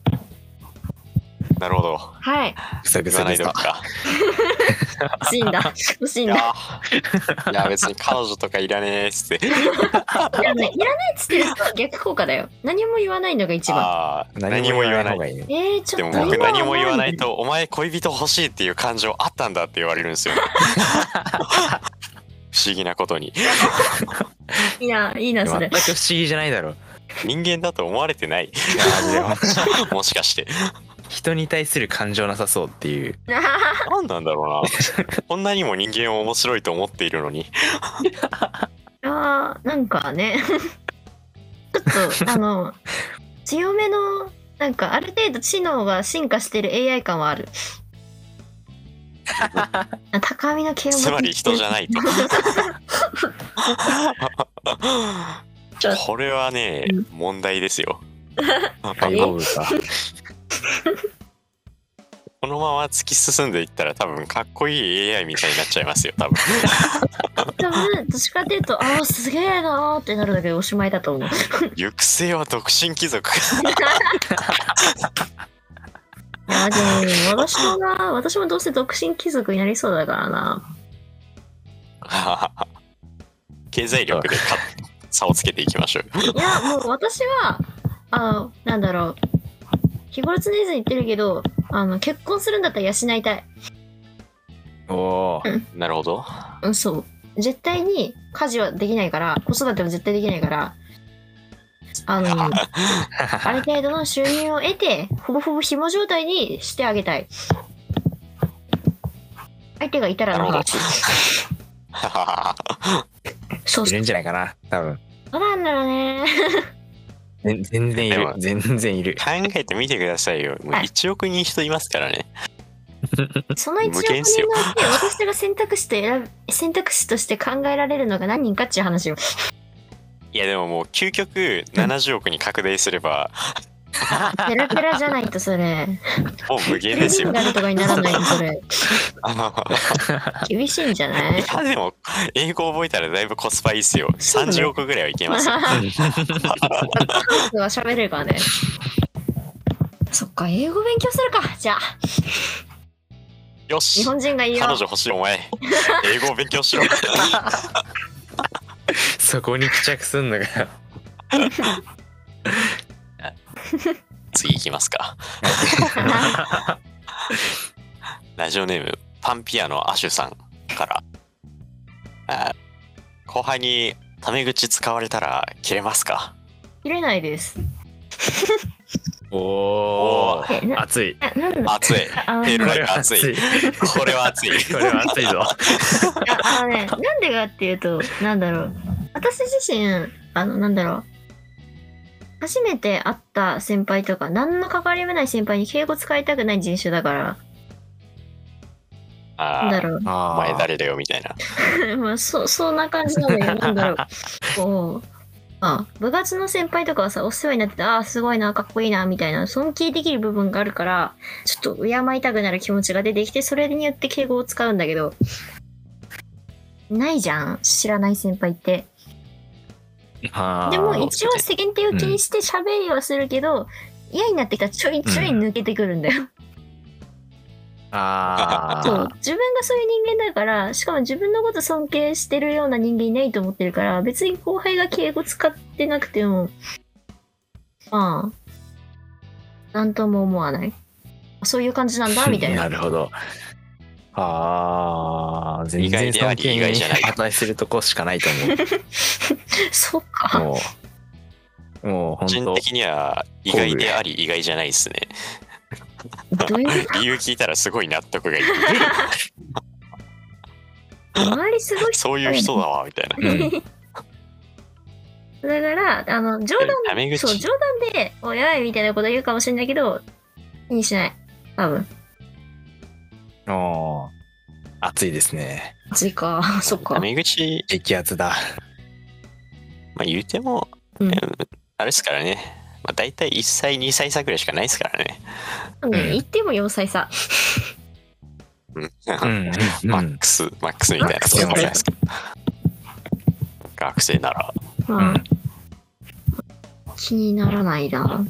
なるほど。 はい。 ぐさぐ言わないさぐさ。 とか。 欲しいんだ。欲しいんだ。 いやー、いや別に彼女とかいらねえっつって。 いらない。いらないっつってる人は逆効果だよ。何も言わないのが一番。 ああ、何も言わない。 方がいいね。 えー、ちでょっとも僕何も言わないと。 と、お前恋人欲しいっていう感情あったんだって言われるんですよ。不思議なことに。 いいな、いいな、それ。 全く不思議じゃないだろ。 人間だと思われてない。もしかして。 人に対する感情なさそうっていう。 何なんだろうな。こんなにも人間を面白いと思っているのに。 あー、なんかね。ちょっと、あの、強めの、なんかある程度知能が進化してる エーアイ 感はある。高みの敬語つまり人じゃないと。これはね、問題ですよ。 大丈夫か。 このまま突き進んでいったら多分かっこいい エーアイ みたいになっちゃいますよ、多分。 多分、どっちかっていうと、ああ、すげえなーってなるだけでおしまいだと思う。 行く末は独身貴族。 いや、でも、私もな、私もどうせ独身貴族になりそうだからな。 経済力でか差をつけていきましょう。 いや、もう私は、あの、なんだろう。日頃常々言ってるけど、あの、結婚するんだったら養いたい。 おお。 なるほど。 うん、そう。絶対に家事はできないから、子育ても絶対できないから、あの、ある程度の収入を得て、ほぼほぼ紐状態にしてあげたい。相手がいたらの話。そうそう。 いるんじゃないかな、多分。 どうなんだろうね。 全全然いる。全然いる。 考えてみてくださいよ。もういちおく人人いますからね。 そのいちおく人のうち私が選択肢と選ぶ選択肢として考えられるのが何人かっていう話を。 いやでももう究極ななじゅうおくに拡大すればペラペラじゃないとそれ。 もう無限ですよ。 ペラペラとかにならないとそれ。厳しいんじゃない？ いやでも英語覚えたらだいぶコスパいいっすよ。さんじゅうおくぐらいはいけますよ。 は喋れるからね。そっか、英語勉強するか。じゃあ。 よし。 日本人がいいよ。 彼女欲しいお前。英語を勉強しろ。 そこに帰着すんのかよ。 次行きますか。ラジオネームパンピアノアシュさんからあ後輩にタメ口使われたら切れますか？ 切れないです。 おお。 えな熱い。 ななんだ熱い。 あテールライト熱い。これは熱い。 これは熱いぞ。 ああのね、なんでかっていうと、なんだろう。私自身、あの、なんだろう。初めて会った先輩とか、何の関わりもない先輩に敬語使いたくない人種だから。 あなんだろう。 お前誰だよみたいな。 まあ、そ、そんな感じなのよ。なんだろう。こう。あ部活の先輩とかはさ、お世話になってて、ああ、すごいな、かっこいいな、みたいな、尊敬できる部分があるから、ちょっと敬いたくなる気持ちが出てきて、それによって敬語を使うんだけど、ないじゃん、知らない先輩って。でも一応世間体を気にして喋りはするけど、嫌、うん、になってきたらちょいちょい抜けてくるんだよ。 ああ。 そう。自分がそういう人間だから、しかも自分のこと尊敬してるような人間いないと思ってるから、別に後輩が敬語使ってなくても、まあ、なんとも思わない。そういう感じなんだ、みたいな。 なるほど。ああ、全意外然であり意外じゃない。 値するとこしかないと思う。 そうか。 もう、もう本当。 個人的には意外であり意外じゃないですね。 どういう理由聞いたらすごい納得がいく。 周りすごい人そういう人だわみたいな。 うんだからあの冗タメ口談そう冗談で「おいおい」みたいなこと言うかもしれないけど気にしない多分。 おー熱いですね。 熱いかそっかタ。メ口、 激アツだ。 まあ、言うても、 うんあれですからね、まあ、大体いっさいにさい差ぐらいしかないですからね。 うん、言ってもよんさい差。 うんうんマックスマックスみたいなマックスそうじゃないですか。学生ならまあ、 うん気にならないな。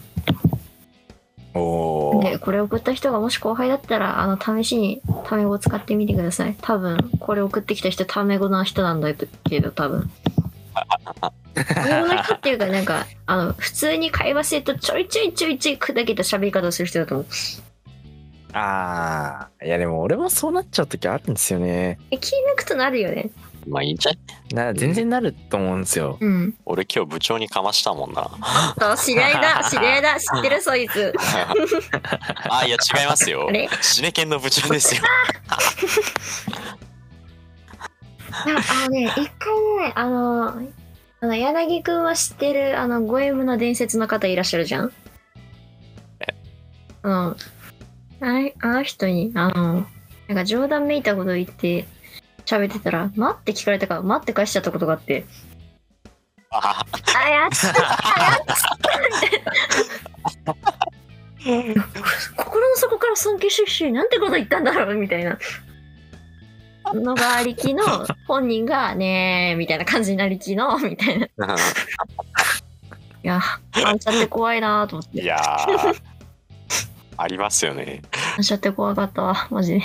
おお。 でこれ送った人がもし後輩だったらあの試しにタメ語を使ってみてください。多分これ送ってきた人タメ語な人なんだけど多分。タメ語の人っていうかなんかあの普通に会話するとちょいちょいちょいちょい砕けた喋り方をする人だと思う。 ああ、いやでも俺もそうなっちゃう時あるんですよね。 え気抜くとなるよね。 まあいいんじゃない。 な全然なると思うんですよ。 うん。 俺今日部長にかましたもんな。 あ知り合いだ知り合いだ知ってるそいつ。 あいや違いますよあれシネケンの部長ですよ。 ああのね一回ねあのあの柳くんは知ってるあのゴエムの伝説の方いらっしゃるじゃん。うん。あれあの人にあのなんか冗談めいたこと言って喋ってたら「待って」聞かれたから「待って」返しちゃったことがあってあ 「あやっちゃったやっちゃった」みたいな心の底から尊敬してるしなんてこと言ったんだろうみたいなのがありきの本人がねーみたいな感じになりきのみたいないや反射って怖いなと思っていやーありますよね。 反射って怖かったわマジで。 い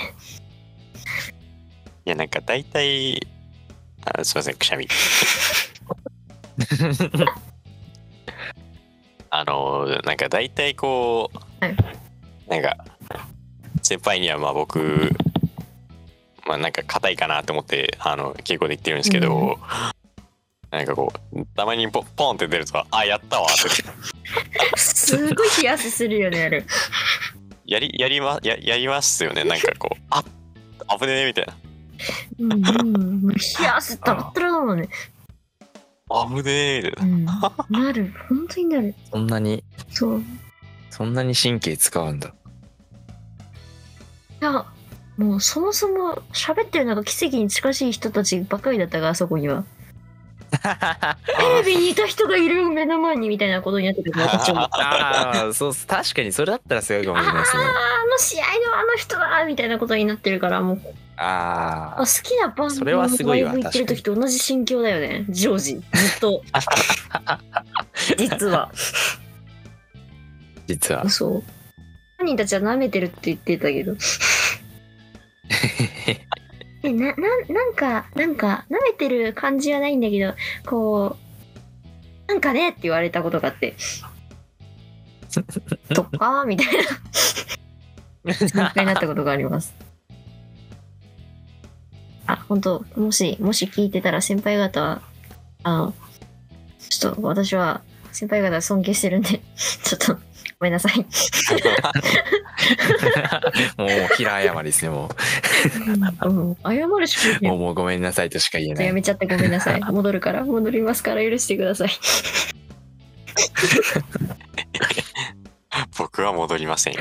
やなんか大体あすいませんくしゃみあのなんか大体こう、 はいなんか先輩にはまあ僕まあなんか硬いかなと思ってあの稽古で言ってるんですけど、 うんなんかこうたまにポポンって出るとあやったわってすごい冷や汗するよねあれ。 やりやりまややりますよね。なんかこうあ危ねえみたいなうんうんもう冷や汗たらったらだもんね。 危ねえみたいうんな。 なる本当になる。 そんなにそういそんなに神経使うんだ。 やもうそもそも喋ってるのが奇跡に近しい人たちばかりだったがあそこにはテレビにいた人がいる目の前にみたいなことになってるから私もああ、そう確かにそれだったらすごいかもしれないですね。 あーあの試合のあの人だみたいなことになってるからもうあ好きなバンそれはすごいわライブ行ってる時と同じ心境だよね常時ずっと実はあ、実は。 そう本人たちは舐めてるって言ってたけどえなななんかなんか舐めてる感じはないんだけどこうなんかねって言われたことがあってとかみたいな心配になったことがありますあ本当もしもし聞いてたら先輩方はあのちょっと私は先輩方尊敬してるんでちょっとごめんなさいもう平謝りですね。もうん謝るしかうもうもうごめんなさいとしか言えない。 やめちゃってごめんなさい戻るから戻りますから許してください僕は戻りませんよ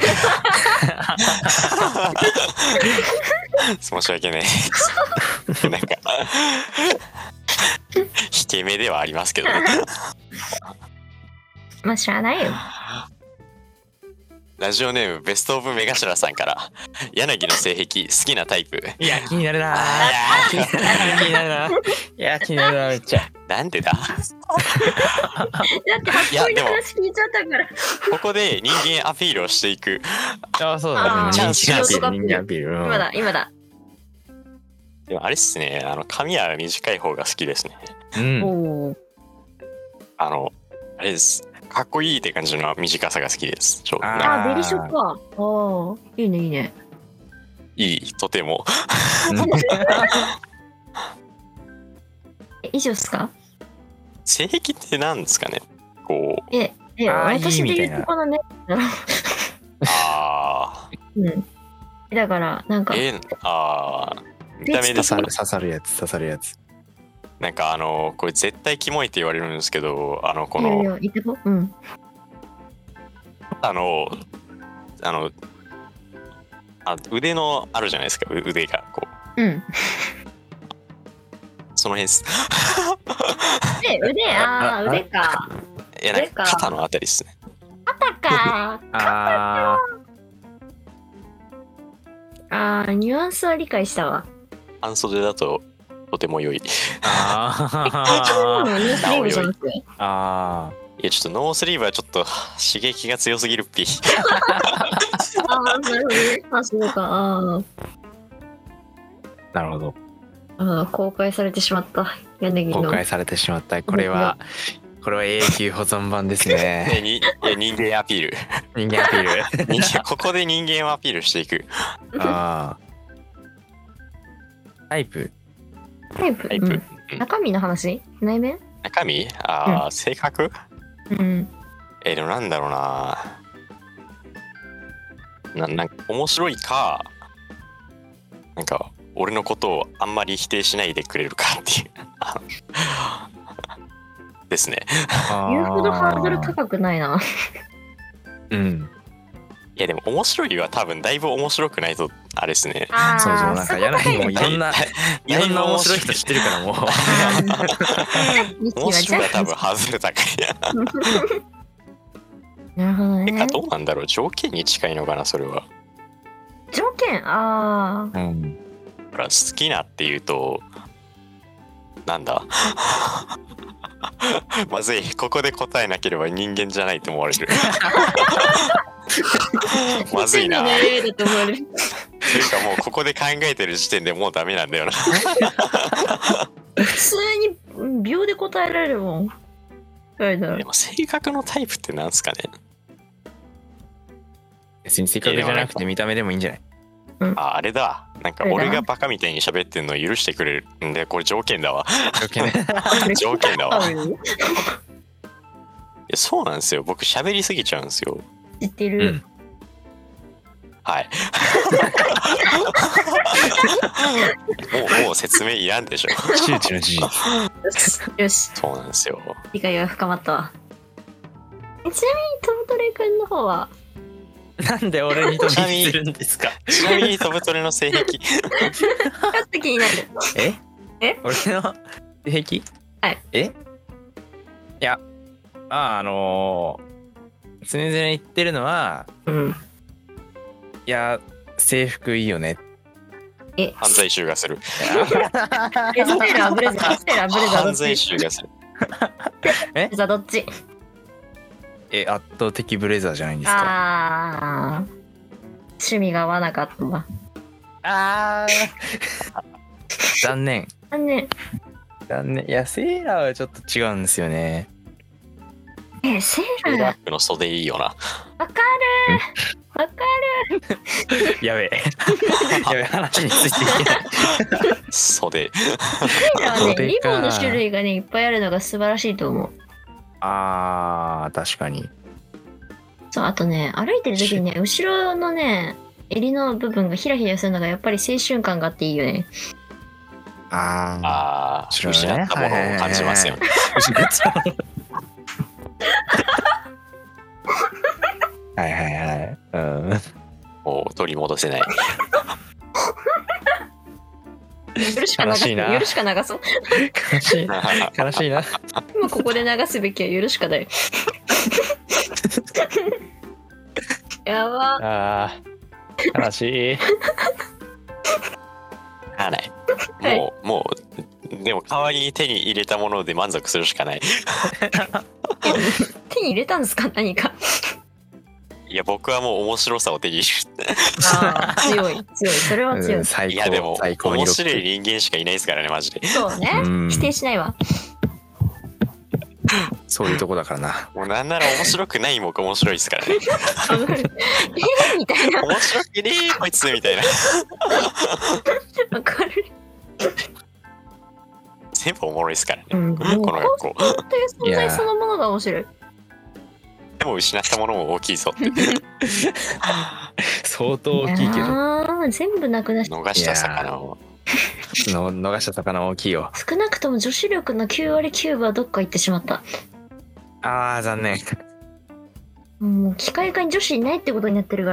申し訳ないなんか引け目ではありますけどねまあしゃあないよラジオネームベストオブメガシラさんから柳の性癖好きなタイプいや気になるなあー。気になるな気になるな。いや気になるなめっちゃ。 なんでだだって初恋の話聞いちゃったからここで人間アピールをしていくあそうだね。 あー人間アピールチャンス人間アピール。うん今だ今だでもあれっすねあの髪は短い方が好きですねうん。 おおあのあれですかっこいいって感じの短さが好きですちょああーベリショかあーいいねいいねいいとてもえ以上っすか性癖って何ですかねこうええあーいい私でみたいな言うとこのねあうんだからなんかーえー、あ見た目で刺すねさる刺さるやつ刺さるやつ。 なんかあのこれ絶対キモいって言われるんですけど、あのこのいやいや、言ってこうん。 あのあのあ腕のあるじゃないですか、う腕がこううん。 その辺です腕、腕、ああ、 あ腕か。 いやなん腕かか肩のあたりですね。 肩か。 あああ、ニュアンスは理解したわ。 半袖だととても良い。いーああーニュースリーブじゃなくて。 あやちょっとノースリーブはちょっと刺激が強すぎるっぴ。 ああ、なるほどね。あ、そうか。あーなるほど。 あ、公開されてしまった。柳の。 公開されてしまった。これはこれは永久保存版ですねね。 にいや人間アピール人間アピール。 人間ここで人間をアピールしていく。 ああ。タイプ。 タイプ。 タイプ、 うんうん中身の話内面中身ああ、性格うん。 えーでもなんだろうなななんか面白いかなんか俺のことをあんまり否定しないでくれるかっていうあのですね。 言うほどハードル高くないな。 うん。 いやでも面白いは多分だいぶ面白くないとあれですね。 ああ、 そうそう、なんか柳もいろんな、いろんな面白いい人知ってるからもう。 面白いは多分ハードル高い。 なるほどねてか。どうなんだろう、条件に近いのかなそれは。 条件ああ。 うん。 ほら好きなっていうとなんだまずい、ここで答えなければ人間じゃないと思われる。まずいな。 ねえだと思われる。 というかもうここで考えてる時点でもうダメなんだよな。 普通に秒で答えられるもん。誰だろうでも性格のタイプってなんすかね。 別に性格じゃなくて見た目でもいいんじゃない？ あ、あれだ。なんか俺がバカみたいに喋ってんの許してくれるんで、これ条件だわ。 条件ね。 条件だわ。い知やそうなんですよ。僕喋りすぎちゃうんですよ。 ってる。 うん。 はい。もうもう説明いらんでしょ。 周知の事実。 よし、よし、 そうなんですよ。 理解が深まったわ。えちなみにトムトレ君の方はなんで俺に飛びするんですか？ ちなみにトブトレの性癖。 ちょっと気になる。 え？ え？ 俺の性癖？ はい。 え？いや、まああのー、常々言ってるのは、 うん。 いや制服いいよね。 え、 犯罪臭がする。 えセーラーブレザー、セーラーブレザーど犯っち？ 罪臭がする。 ブレザーどっち？ え、圧倒的ブレザーじゃないんですか？ ああ、趣味が合わなかったわ。 あー残念あね、 残念。いやセーラーはちょっと違うんですよね。 え、セセーラーーラー服の袖いいよな。 わかるー、わかやべえやべえ、話についていけない。 袖。 る。セーラーはね、 袖かリボンの種類がねいっぱいあるのが素晴らしいと思う。 あー確かに。 そう、あとね、歩いてる時にね、後ろのね、襟の部分がヒラヒラするのがやっぱり青春感があっていいよね。 あーああ、 後ろね失ったものを感じますよね。 はいはいはい。うん。 もう取り戻せない。 夜しか流す。 悲しいな夜しか流そう。 悲しい。悲しいな。 今ここで流すべきは夜しかだよ。やば。 あー悲しい。 はない。 はいもう、もう、でも代わりに手に入れたもので満足するしかない。 手に入れたんですか何か。 いや、僕はもう面白さを手に入れああ、強い、強い。それは強い。 うん最る。いや、で高も、 最高にロッ面白いク。 人間しかいないですからね、マジで。 そうねうん。 否定しないわ。 そういうとこだからな。 もうなんなら面白くないも面白いですからね。 えーみたいな。 面白くねえこいつみたいな。 わかる。 全部おもろいですからね。 うん。 この学校。 という存在そのものが面白い。 でも失ったものも大きいぞって。 相当大きいけど。 ああ、全部なくなし。 逃した魚をの逃した魚大きいよ。 少なくとも女子力のきゅう割きゅうぶはどっか行ってしまった。 あー残念。 もう機械化に女子いないってことになってるから。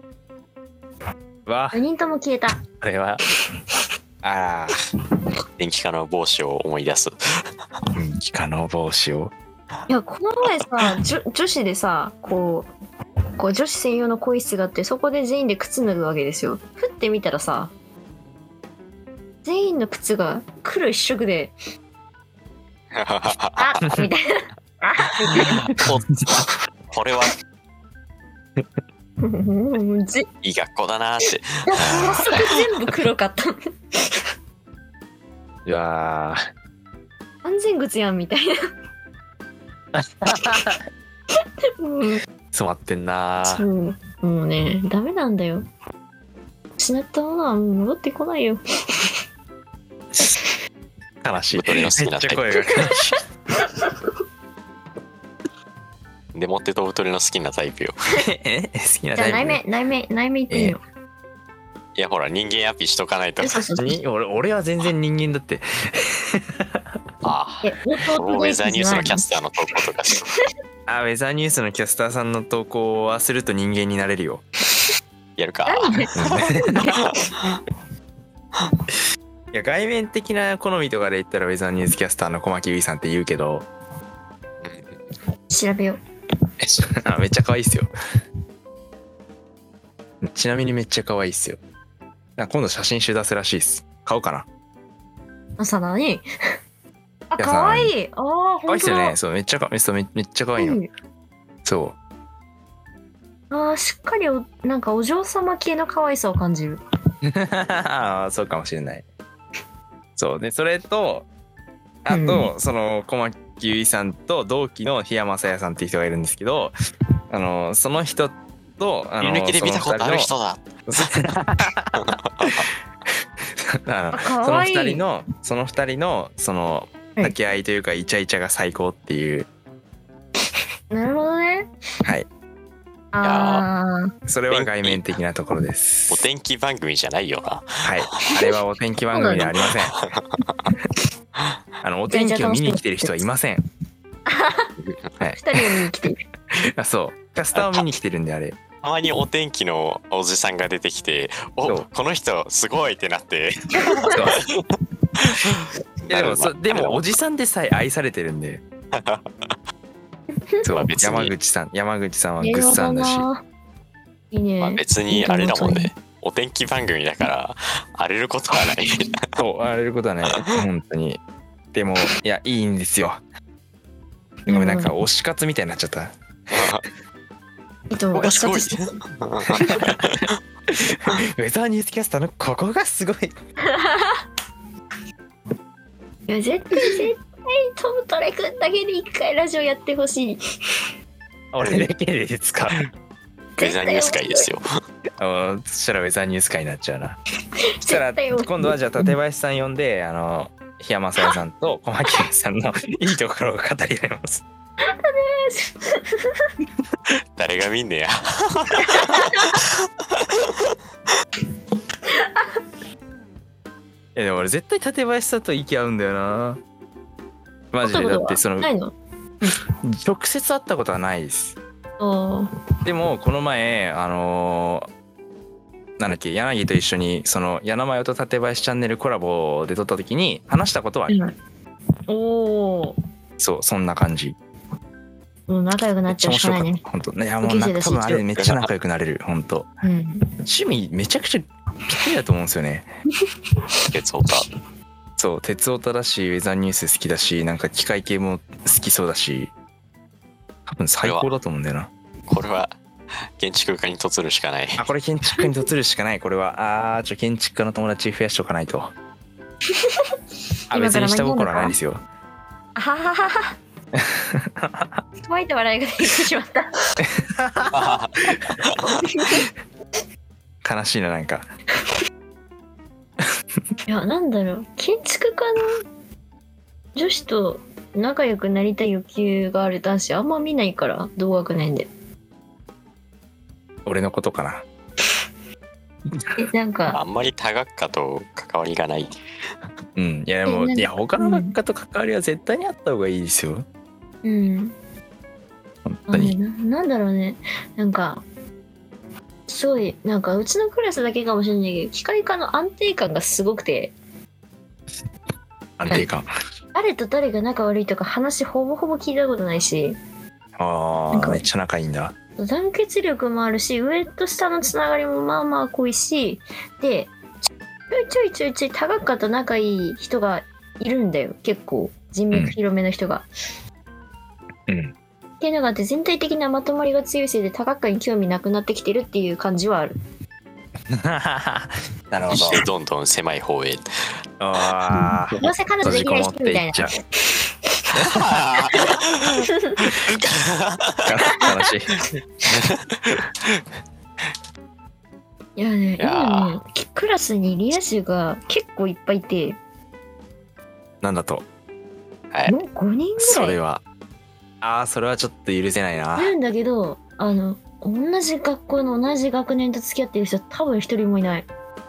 わよにんとも消えた。 これはあー電気化の帽子を思い出す。 電気化の帽子を。 いやこの前さ女女子でさこうこう女子専用の更衣室があって、そこで全員で靴脱ぐわけですよ。ふってみたらさ全員の靴が黒一色であみたいなあみたいなおこれはうんぜいい学校だなーって。 早速全部黒かった。 いや安全靴やんみたいな。うん、 ー染まってんなー。 そうもうねダメなんだよ。失ったものはもう戻ってこないよ。 悲しい。 太りの好きなタイプめっちゃ声が悲しい。 でもってと太りの好きなタイプよ。 え好きなじゃあタイプ。 内面内面内面いっていいよ。 いやほら人間アピしとかないと。 そうそうそう。 に俺俺は全然人間だって。 あえあ。このウェザーニュースのキャスターの投稿とかしてあウェザーニュースのキャスターさんの投稿はすると人間になれるよ。 やるか。 なんでいや外面的な好みとかで言ったらウェザーニュースキャスターの小牧優衣さんって言うけど調べよう。 あめっちゃ可愛いっすよ。ちなみにめっちゃ可愛いっすよ。あ今度写真集出すらしいっす。買おうかな。 朝だね。あいや可愛い。ああ可愛いっすよ本当だ。 ね。そうめっちゃかそうめめっちゃ可愛いの。 うんそああしっかりおなんかお嬢様系の可愛さを感じる。 う。あーそうかもしれない。そうでそれとあと、その小牧優衣さんと同期の檜山さやさんっていう人がいるんですけど、あのその人とあの切り抜きで見たことある人だ。 あの可その愛い二人のその二人のそのはい掛け合いというかイチャイチャが最高っていう。 なるほどね。 はいああそれは外面的なところですお。天気番組じゃないよな。 はいあれはお天気番組ではありません。あのお天気を見に来てる人はいません。はい二人を見に来ている。 あそうキャスターを見に来てるんであれ。 たまにお天気のおじさんが出てきて、おそうこの人すごいってなって。 そういやでもそでもおじさんでさえ愛されてるんで。そうまあ別に山口さん山口さんはグッさんだし。 いいね。 まあ別にあれだもんね。お天気番組だから荒れることはない。 そう荒れることはない本当に。でもいやいいんですよ。ごめんなんか推し活みたいになっちゃった。 いつも推しすごい活してる。 ウェザーニュースキャスターのここがすごい。 いや絶対絶対トムトレくんだけで一回ラジオやってほしい。 俺だけでですか。 ウェザーニュース会ですよ。 あそしたらウェザーニュース会になっちゃうな。そしたら絶対面白い今度はじゃあ館林さん呼んであの檜山さやさんと小牧さんのいいところを語り合います。 誰が見んねや。 いやでも俺絶対館林さんと息合うんだよな。マジでだってそのないの？ 直接会ったことはないです。 あでもこの前あのー、なんだっけ柳と一緒にその柳マヨと館林チャンネルコラボで撮った時に話したことはある。 あ。おお。 そうそんな感じ。 もう仲良くなっちゃう面しかないね。 白かった本当。いやもうなんか多分あれめっちゃ仲良くなれる本当。 うん。 趣味めちゃくちゃぴったりだと思うんですよね。 鉄オタ。 そう鉄オタだしウェザーニュース好きだしなんか機械系も好きそうだし多分最高だと思うんだよな。 これは建築家に嫁るしかない。 あこれ建築家に嫁るしかないこれは。あーちょ建築家の友達増やしとかないと。あ別に下心はないですよ。 あはははは。乾いた笑いが出てしまった。 悲しいななんか。 いやなんだろう建築家の女子と仲良くなりたい欲求がある男子あんま見ないから同学年で。 俺のことかな。 えなんかあんまり多学科と関わりがない。 うん、いやでもえいや他の学科と関わりは絶対にあった方がいいですよ。 うん本あ当に。 ななんだろうねなんかすごいなんかうちのクラスだけかもしれないけど機械科の安定感がすごくて安定感。 誰と誰が仲悪いとか話ほぼほぼ聞いたことないしあなんかあめっちゃ仲いいんだ。 団結力もあるし上と下のつながりもまあまあ濃いしでちょいちょいちょいちょい多学科と仲いい人がいるんだよ結構人脈広めの人が。 うん。 っていうのがあって全体的なまとまりが強いせいで多学科に興味なくなってきてるっていう感じはある。 なるほど。 してどんどん狭い方へ。 ああ。 どうせ彼女できない人みたいな。 閉じ悲しい。 いやねいや今ねクラスにリア充が結構いっぱいいてなんだと。 はい。 もうごにんぐらいそれは。ああそれはちょっと許せないな。 いるんだけどあの同じ学校の同じ学年と付き合ってる人多分一人もいない。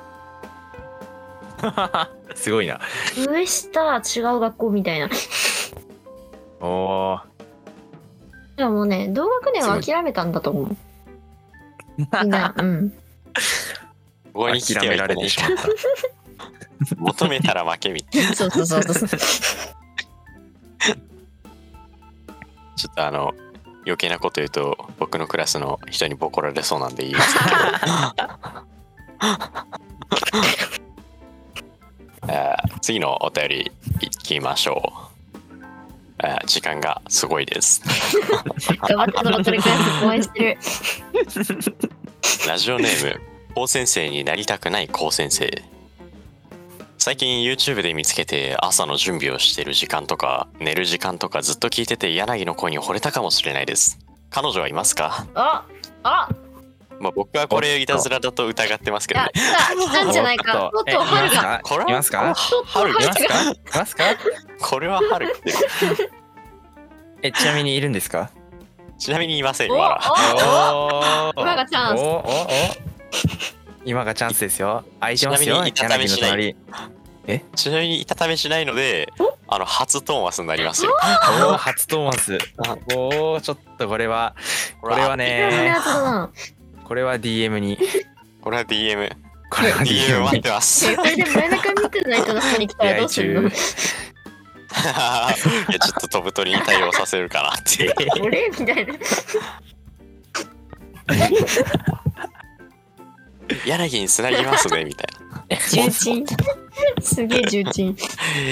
すごいな。 上下違う学校みたいな。 おお。 でももうね同学年は諦めたんだと思う。みんなうん。 ここに来て諦めらはいけないれてしまった。 求めたら負けみたいな。 そうそうそうそう。 ちょっとあの余計なこと言うと僕のクラスの人にボコられそうなんで言いませんけど。あー次のお便りいきましょう。あー時間がすごいです。 頑張ってその取り返す応援してる。 ラジオネーム高先生になりたくない高先生。最近 YouTube で見つけて朝の準備をしている時間とか寝る時間とかずっと聞いてて柳の声に惚れたかもしれないです。彼女はいますか？ ああまあ僕はこれいたずらだと疑ってますけどね。 あ来た来たんじゃないか。とうとう春が。 これはいますか？ 春いますか？いますか？ これは春ってえちなみにいるんですか？ ちなみにいませんおおまだ。 お今がチャンスおおお今がチャンスですよ。空いてますよ。 ちなみにいたためしない柳の隣。 ちなみにいたためしないのであの初トーマスになりますよ。 おお初トーマス。おおちょっとこれはこれはこれのねやつだな。 これは ディーエム にこれは ディーエムこれはディーエム 待ディーエム にってます。 えこれで真ん中見てない人の方に来たらどうするの？ いやちょっと飛ぶ鳥に対応させるかなっていう。 俺みたいな。 柳につなぎますねみたいな。 重鎮。すげえ重鎮。 い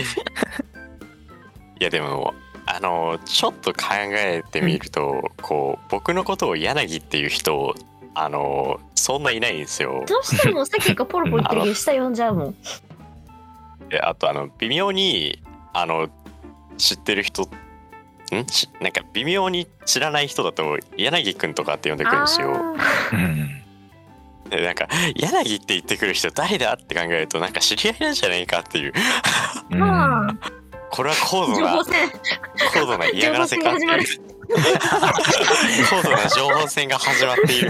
やでもあのちょっと考えてみると、こう僕のことを柳っていう人あのそんないないんですよ。 どうしてもさっきからポロポロ言ってるけど下読んじゃうもん。 であとあの微妙にあの知ってる人んしなんか微妙に知らない人だと柳くんとかって呼んでくるんですよ。 うんでなんか柳って言ってくる人誰だって考えるとなんか知り合いなんじゃないかっていううんまあこれは高度な情報戦高度な嫌がらせかっていう高度な情報戦が始まっている。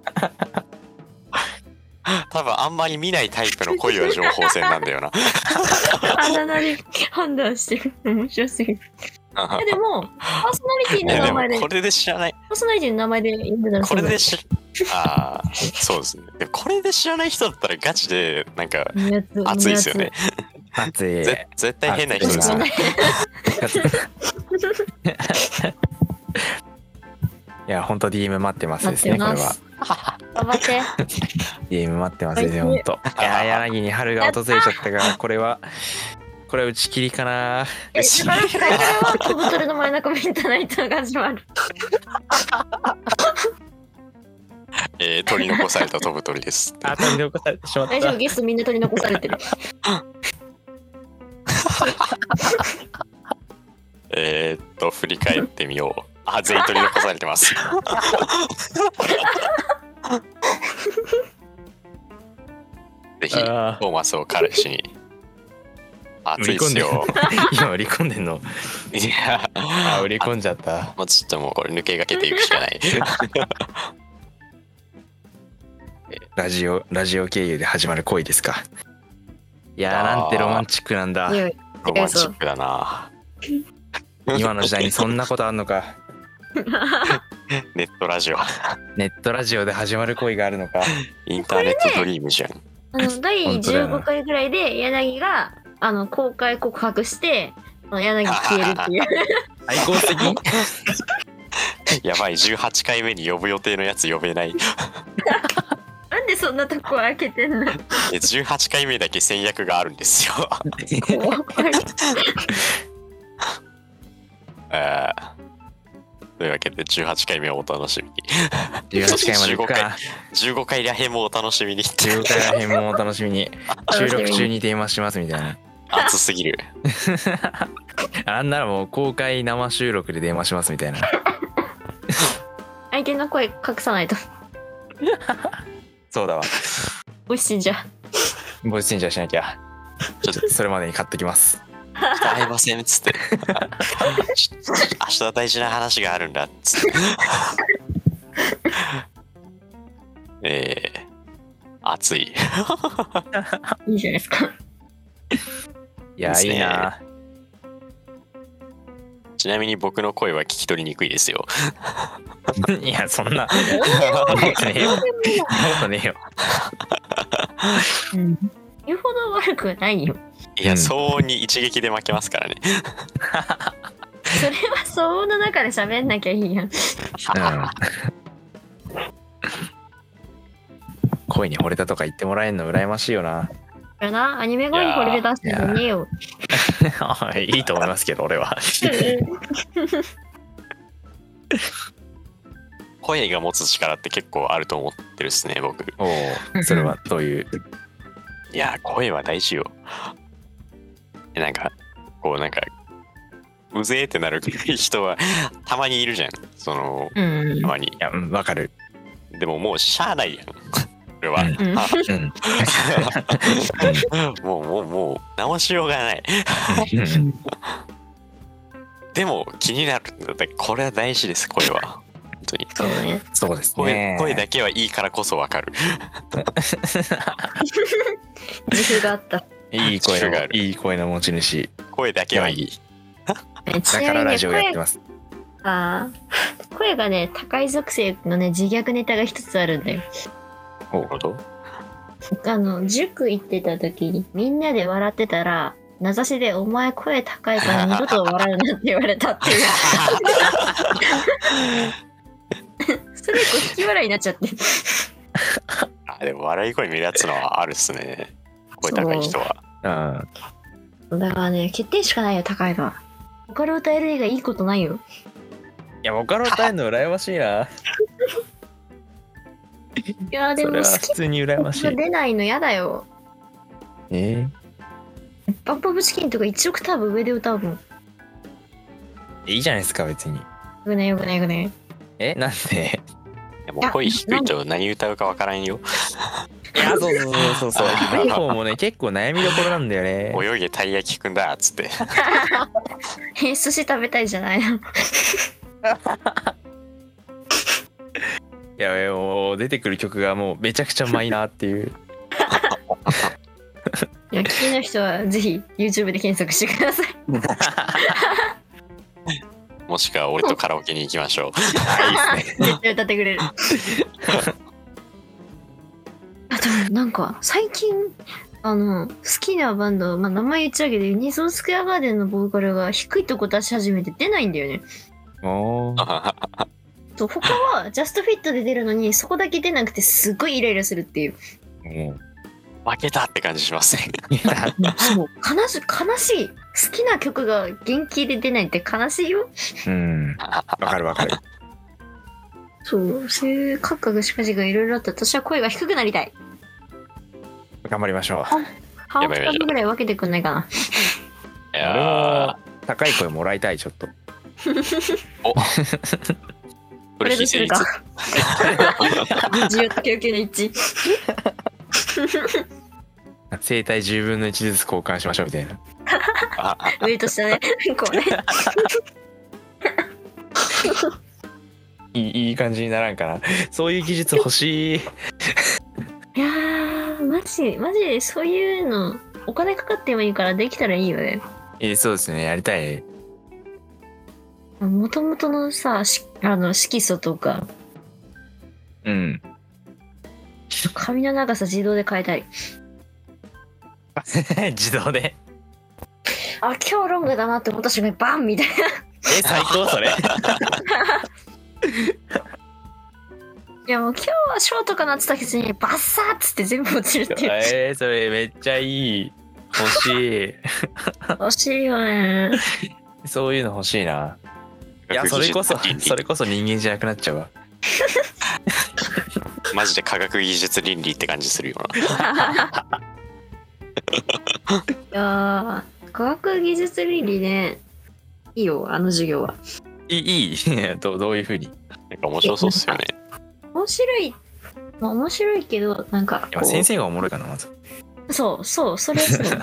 多分あんまり見ないタイプの恋は情報戦なんだよな。 あだ名で判断してる。面白すぎる。いやでもパーソナリティいやでもの名前でこれで知らないパーソナリティの名前で呼んでたらこれで知ああそうですね。でもこれで知らない人だったらガチでなんか熱いですよね。 熱いぜ絶対変な人ですよね。 いや本当 ディーエム 待ってますですねこれは。 頑張って。 ディーエム 待ってますですね本当。いや柳に春が訪れちゃったからこれはこれは打ち切りかな。 えだからこれは飛ぶ鳥の真ん中見たないとが始まる。 えー、取り残された飛ぶ鳥です。 あ取り残されてしまった。 大丈夫ゲストみんな取り残されてる。 えーっと振り返ってみよう。あ全員取り残されてます。ぜひトあーマスを彼氏に。熱いっすよ。 今売り込んでんの。 いやあ売り込んじゃった。 もうちょっともうこれ抜けがけていくしかない。 ラジオラジオ経由で始まる恋ですか。いやーなんてロマンチックなんだ。 いやロマンチックだな。 今の時代にそんなことあんのか。 ネットラジオ。 ネットラジオで始まる恋があるのか。 インターネットドリームじゃん。 あの第じゅうごかいぐらいで柳があの公開告白してあの柳消えるっていう最高すぎん。 やばい、じゅうはちかいめに呼ぶ予定のやつ呼べない。 なんでそんなとこ開けてんの。 えじゅうはちかいめだけ戦略があるんですよ。 怖いえーというわけでじゅうはちかいめをお楽しみに。 じゅうはちかいまで行くか。 じゅうごかいらへんもお楽しみに。 じゅうごかいらへんもお楽しみに。収録中に電話しますみたいな。 熱すぎる。 あんならもう公開生収録で電話しますみたいな。 相手の声隠さないと。 そうだわ。 ボイスチェンジャー。 ボイスチェンジャーしなきゃ。ちょっとそれまでに買っときます。 会えませんっつって。明日大事な話があるんだっつって。えー、熱い。 いいじゃないですか。 いや、いいな。 ちなみに僕の声は聞き取りにくいですよ。 いや、そんな。そんなことねえよ。そんなことねえよ。 うん。言うほど悪くないよ。 いや、騒音に一撃で負けますからね。 それは騒音の中で喋んなきゃいいやん。 声に惚れたとか言ってもらえるの羨ましいよな。 だな、アニメ声に惚れて出してんじゃねえよ。 いいと思いますけど、俺は。 声が持つ力って結構あると思ってるっすね、僕。 おお、それはどういう。 いや、声は大事よ。なんか、こうなんか、うぜーってなる人はたまにいるじゃん。その、 うん、 たまに。 いや、わかる。 でももうしゃあないやん。これは。 うん、 もうもうもう直しようがない。でも気になる。これは大事です、声は。本当に。 そうね。 そうですね。声、声だけはいいからこそわかる。 自負があった。 いい声のいい声の持ち主。 声だけはいい。 だからラジオやってます。 ああ、声がね、高い属性のね、自虐ネタが一つあるんだよ。 なるほど。 あの、塾行ってた時に、みんなで笑ってたら、名指しで、お前声高いから二度と笑うなって言われたっていう。それこう引き笑いになっちゃって。 あ、でも笑い声見るやつのはあるっすね。声高い人は。 うん。だからね、欠点しかないよ、高いのは。ボカロ歌える以外いいことないよ。 いや、ボカロ歌えるの羨ましいな。 いやでも好き普通に羨ましい。 出ないのやだよ。 えー、バンパブチキンとかいちオクターブ上で歌うもん。 いいじゃないですか別に。 よくねよくねよくね。 え、なんで？ いやもう声低いと何歌うかわからんよ。 いや、そうそうそうそう。低い方もね結構悩みどころなんだよね。 泳げたい焼きくんだっつって。 え、寿司食べたいじゃないの。 いや、もう出てくる曲がもうめちゃくちゃマイナーっていう。 いや、気になる人はぜひ YouTube で検索してください。 もしくは俺とカラオケに行きましょう。 いいですね。 絶対歌ってくれる。あとなんか最近あの好きなバンド、まあ、名前言っちゃうけどユニゾンスクエアガーデンのボーカルが低いとこ出し始めて出ないんだよね。 おー。 と他はジャストフィットで出るのにそこだけ出なくてすっごいイライラするっていう。 負けたって感じしますね。 そう悲しい悲しい。好きな曲が元気で出ないって悲しいよ。 うん。わかるわかる。 そうそういうカクカクしかじがいろいろあって私は声が低くなりたい。 頑張りましょう。 ハーフタイムぐらい分けてくんないかな。 いやー、 高い声もらいたいちょっと。 お。 これでするか。需要と供給の一致。 声帯じゅうぶんのいちずつ交換しましょうみたいな。 ウェイトしたね。こうね。 いいいい感じにならんかな。そういう技術欲しい。 し、マジでそういうの、お金かかってもいいからできたらいいよね。 えーそうですね、やりたい。 もともとのさ、しあの色素とか、 うん。 髪の長さ自動で変えたい。 自動で。 あ、今日ロングだなって思った瞬間にバンみたいな。 え、最高それ。 いやもう今日はショートかなって言った時にバッサーっつって全部落ちるっていう。 えー、それめっちゃいい。欲しい。 欲しいよね。 そういうの欲しいな。いや、それこそ、それこそ人間じゃなくなっちゃうわ。 マジで科学技術倫理って感じするよな。 いやー、科学技術倫理ね、いいよ、あの授業は。 いい、いい。どうどういうふうに。 なんか面白そうっすよね。 面白い、まあ、面白いけど、なんかこう先生がおもろいかな、まず。 そうそう、それはそう。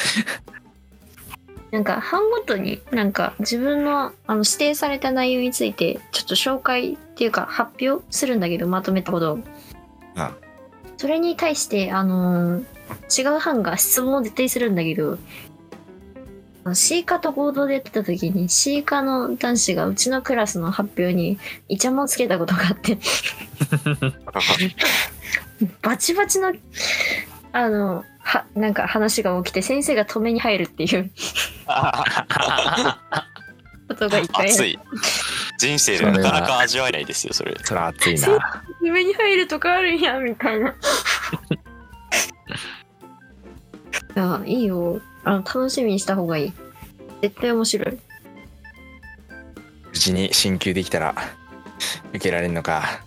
なんか班ごとになんか自分のあの指定された内容についてちょっと紹介っていうか発表するんだけど、まとめたことを。 あそれに対してあのー違う班が質問を絶対するんだけど、あの C 科と合同でやってた時に C 科の男子がうちのクラスの発表にイチャモンつけたことがあってバチバチのあのはなんか話が起きて先生が止めに入るっていうことが一回熱い。人生でなかなか味わえないですよ、それ。 それ熱いな。 止めに入るとかあるんやみたいな。いやいいよ、あの楽しみにした方がいい。絶対面白い。 無事に進級できたら受けられるのか。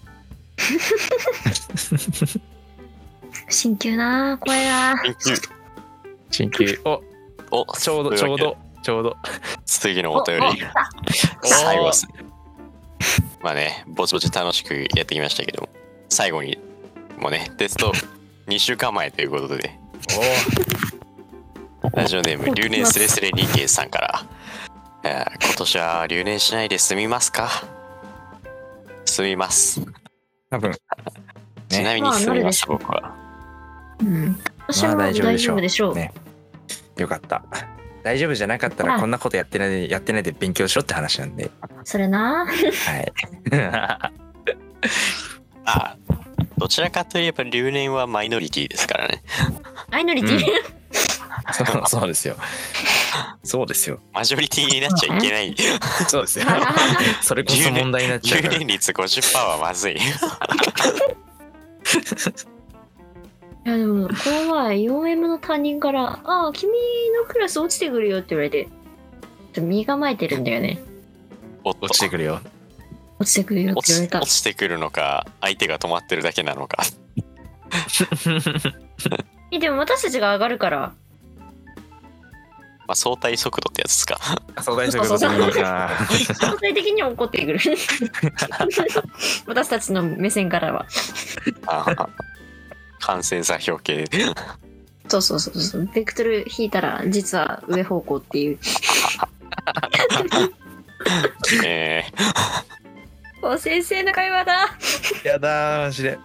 進級なー、怖いなー。 進級。お、 お、 ちょうどちょうどちょうど。 次のお便り。最後ですね。まあね、ぼちぼち楽しくやってきましたけども、最後にもうね、テストにしゅうかんまえということで、ラジオネーム留年スレスレ人間さんから、えー今年は留年しないで済みますか？済みます。 多分。 ちなみに済みます、 まあ僕は。 うん。私まあも大大丈夫でしょう。 丈夫でしょう。 ね。よかった。大丈夫じゃなかったらこんなことやってないでやってないで勉強しろって話なんで。 それなー。 はい。 あ、どちらかといえば留年はマイノリティですからね。 マイノリティ、 うんそうそうですよ。そうですよ。 マジョリティになっちゃいけない。 そうですよ。それこそ問題になっちゃうから。 留年率 ごじゅっパーセント はまずい。 いやでもこの前 よんエム の担任から「ああ君のクラス落ちてくるよ」って言われて、ちょっと身構えてるんだよね。 おっと落ちてくるよ。 落ちてくるよって落ち言われた。 落ちてくるのか、相手が止まってるだけなのか。 えでも私たちが上がるから。 まあ、相対速度ってやつですか。 相対速度的に。あー相対的に怒ってくる。私たちの目線からは。 あー感染差表系。 そうそうそうそう。ベクトル引いたら実は上方向っていう。 えー、 お先生の会話だ。 やだーマジで。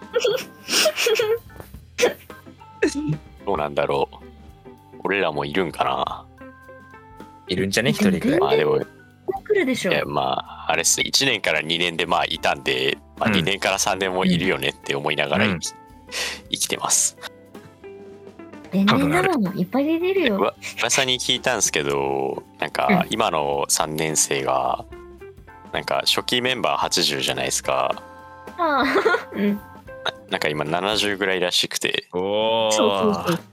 どうなんだろう。俺らもいるんかな。 いるんじゃね一人くらい。 まあでも、い来るでしょ。 やまあ、あれっす。いちねんからにねんでまあいたんで、まあ、 うんにねんからさんねんもいるよねって思いながらうん生き,、生きてます。 年々だもんいっぱい出てるよ。 うわ噂に聞いたんですけど、なんかうん今のさんねん生が、なんか初期メンバーはちじゅうじゃないですか。 ああ、うん。 なんか今ななじゅうぐらいらしくて。 おそうそうそう。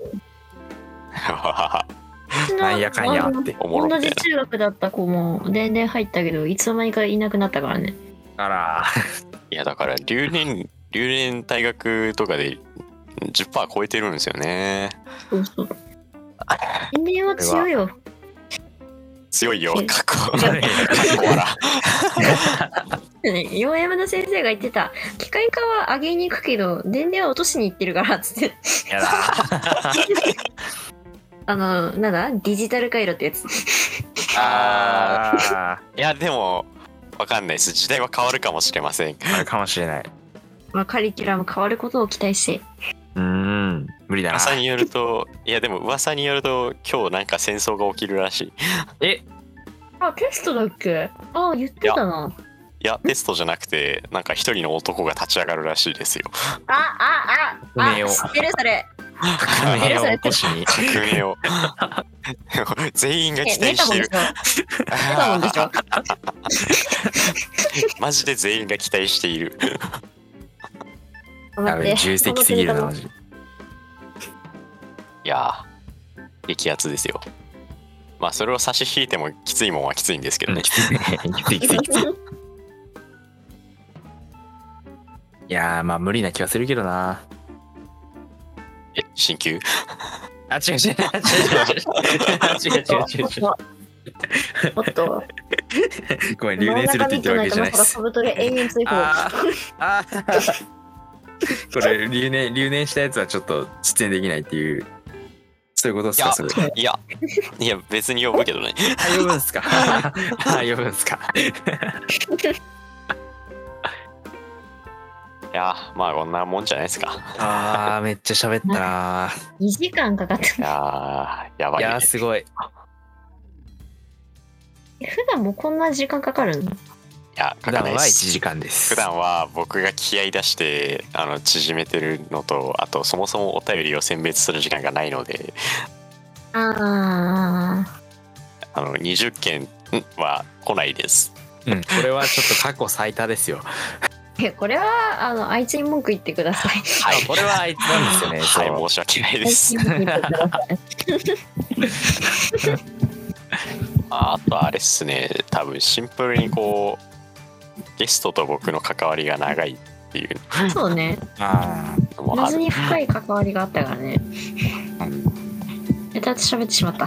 うちのなんやかんやって。 おもろみたいな同じ中学だった子も年々入ったけどいつの間にかいなくなったからね。 あら。 いやだから留年留年退学とかで じゅっパーセント 超えてるんですよね。 そうそう。年齢は強いよ。 強いよえ過去過いや去はら。 ね、よんエム の先生が言ってた機械化は上げに行くけど年齢は落としに行ってるからっつってやだ。 あのなんだデジタル回路ってやつ。 あいやでもわかんないです。時代は変わるかもしれません。 あ。あるかもしれない。 まあカリキュラム変わることを期待して。 うーん無理だな。 噂によると、いやでも噂によると今日なんか戦争が起きるらしい。 えあ、テストだっけ？あ、言ってたな。 いやテストじゃなくてなんか一人の男が立ち上がるらしいですよ。 あ、あ、あ、 革命をあ、知ってるそれ。 革命を起こしに。 革命を全員が期え、メタモン待してる。 でしょ。メタモンでしょ。 マジで全員が期待している。 や待ってべ重責すぎるなマジ。 いやー激アツですよ。まあそれを差し引いてもきついもんはきついんですけどね。 きついねきついきついきつい。いやーまあ無理な気はするけどな。 え進級あ違う違う違う違う違う違う違う違う違う。 おっと。 ごめん留年するって言ってるわけじゃないでまさかす。 サブトレ永遠追放。 あーあーこれ留年留年したやつはちょっと出演できないっていうそういうことですいやかそれ。 いやいや別に呼ぶけどね。 あ呼ぶんすか。あ呼ぶんすか。 いやまあこんなもんじゃないですか。 あーめっちゃ喋ったな。 にじかんかかった。 いやーやばいい、ね。 やーすごい。 普段もこんな時間かかるの？ いや普段はいかかないですちじかんです。 普段は僕が気合い出してあの縮めてるのと、あとそもそもお便りを選別する時間がないので、 ああのにじゅっけんは来ないです。 うんこれはちょっと過去最多ですよ。 あ。これはあのあいつに文句言ってください。 はいあこれはあいつなんですよね。 はいそう申し訳ないあいつですに。文句言ってください。 あとあれっすね、多分シンプルにこうゲストと僕の関わりが長いっていうそうね。 あのもある。 謎に深い関わりがあったからね。やたらと喋ってしまった。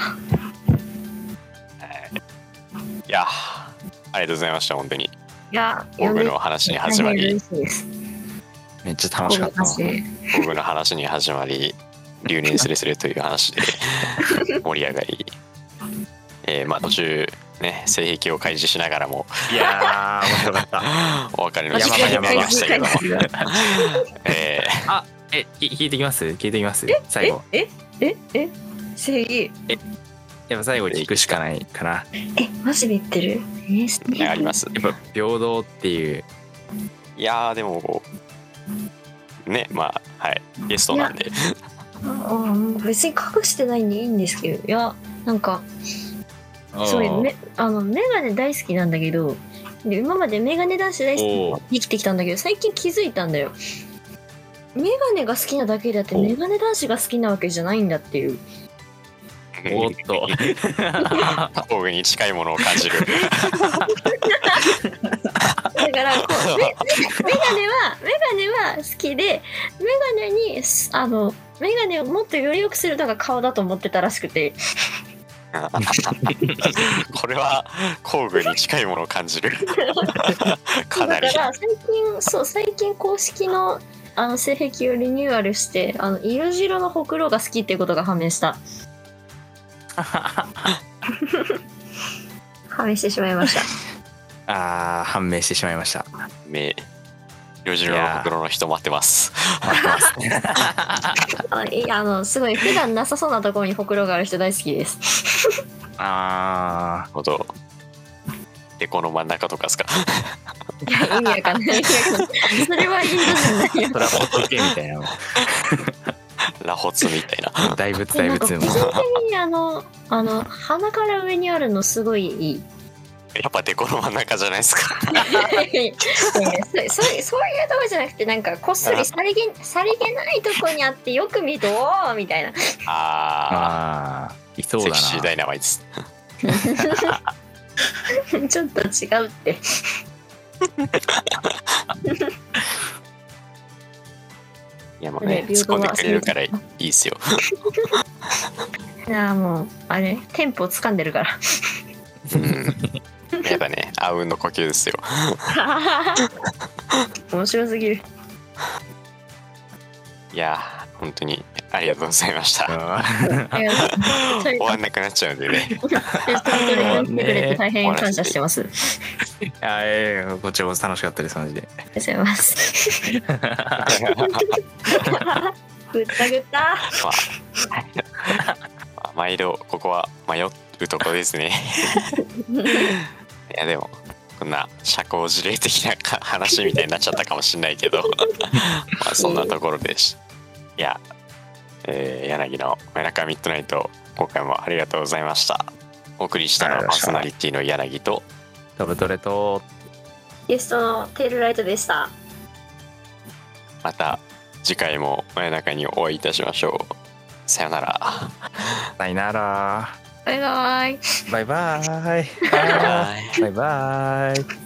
いやありがとうございました本当に。 いや、 僕の話に始まり大変嬉しいです。 めっちゃ楽しかったわ。 僕の話に始まり留年するするという話で盛り上がり、えー、まあ途中ね性癖を開示しながらもいやー面白かった。 お別れの山時間 々 が来ましたけども、えあえき聞いてきます聞いてきます最後。 えええ正義やっぱ最後に聞くしかないかな。 えマジで言ってる？えー、 ー、あります。 やっぱ平等っていう。 いやーでもねまあはいゲストなんでああ別に隠してないんでいいんですけど、いやなんかすごいめあのメガネ大好きなんだけど、で今までメガネ男子大好きで生きてきたんだけど、最近気づいたんだよ。メガネが好きなだけであっておメガネ男子が好きなわけじゃないんだっていう。 おっと。 工具に近いものを感じる。 だからこうメメガネはメガネは好きで、メガネにあのメガネをもっとより良くするのが顔だと思ってたらしくて。 これは工具に近いものを感じる。かなりだから最近そう最近公式のあの性癖をリニューアルして、あの色白のほくろが好きっていうことが判明した。判明してしまいました。 あー判明してしまいました。 目色白の袋の人待ってます。 待ってます。 あいやあのすごい普段なさそうなところにほくろがある人大好きです。 あほど。でこの真ん中とかですか。 いや意味わかんない。意味わかんないそれはインド人だよ。 ーそれはほっとけみたいな。 ラホツみたいな。 大仏大仏の。 個人的にあのあの鼻から上にあるのすごいいい。 やっぱデコの真ん中じゃないですか。 いやいやそうそうそういうとこじゃなくて、なんかこっそりさりげさりげないとこにあってよく見るとおーみたいな。 あああいそうだーセクシーダな。 イナマイツ。 ちょっと違うって。 いやもうね突っ込んでくれるからいいっすよ。 いやもうあれテンポを掴んでるから。 うんやっぱねあうんの呼吸ですよ。 面白すぎる。 いやー本当にありがとうございました。 いや終わんなくなっちゃうんでね。 本当に見てくれて大変感謝してます。 いやいやいやこちらこそ楽しかったですマジで。 ありがとうございます。 ぐったぐった。 まあ、毎度ここは迷うとこですね。いやでもこんな社交辞令的な話みたいになっちゃったかもしれないけどまあそんなところでしいや、えー、柳の真夜中ミッドナイト今回もありがとうございました。お送りしたのはパーソナリティの柳とトブトレとゲストのテールライトでした。 また次回も真夜中にお会いいたしましょう。さよなら。 さよなら。 バイバイ。 バイバイ。 バイバイ。 バイバイ。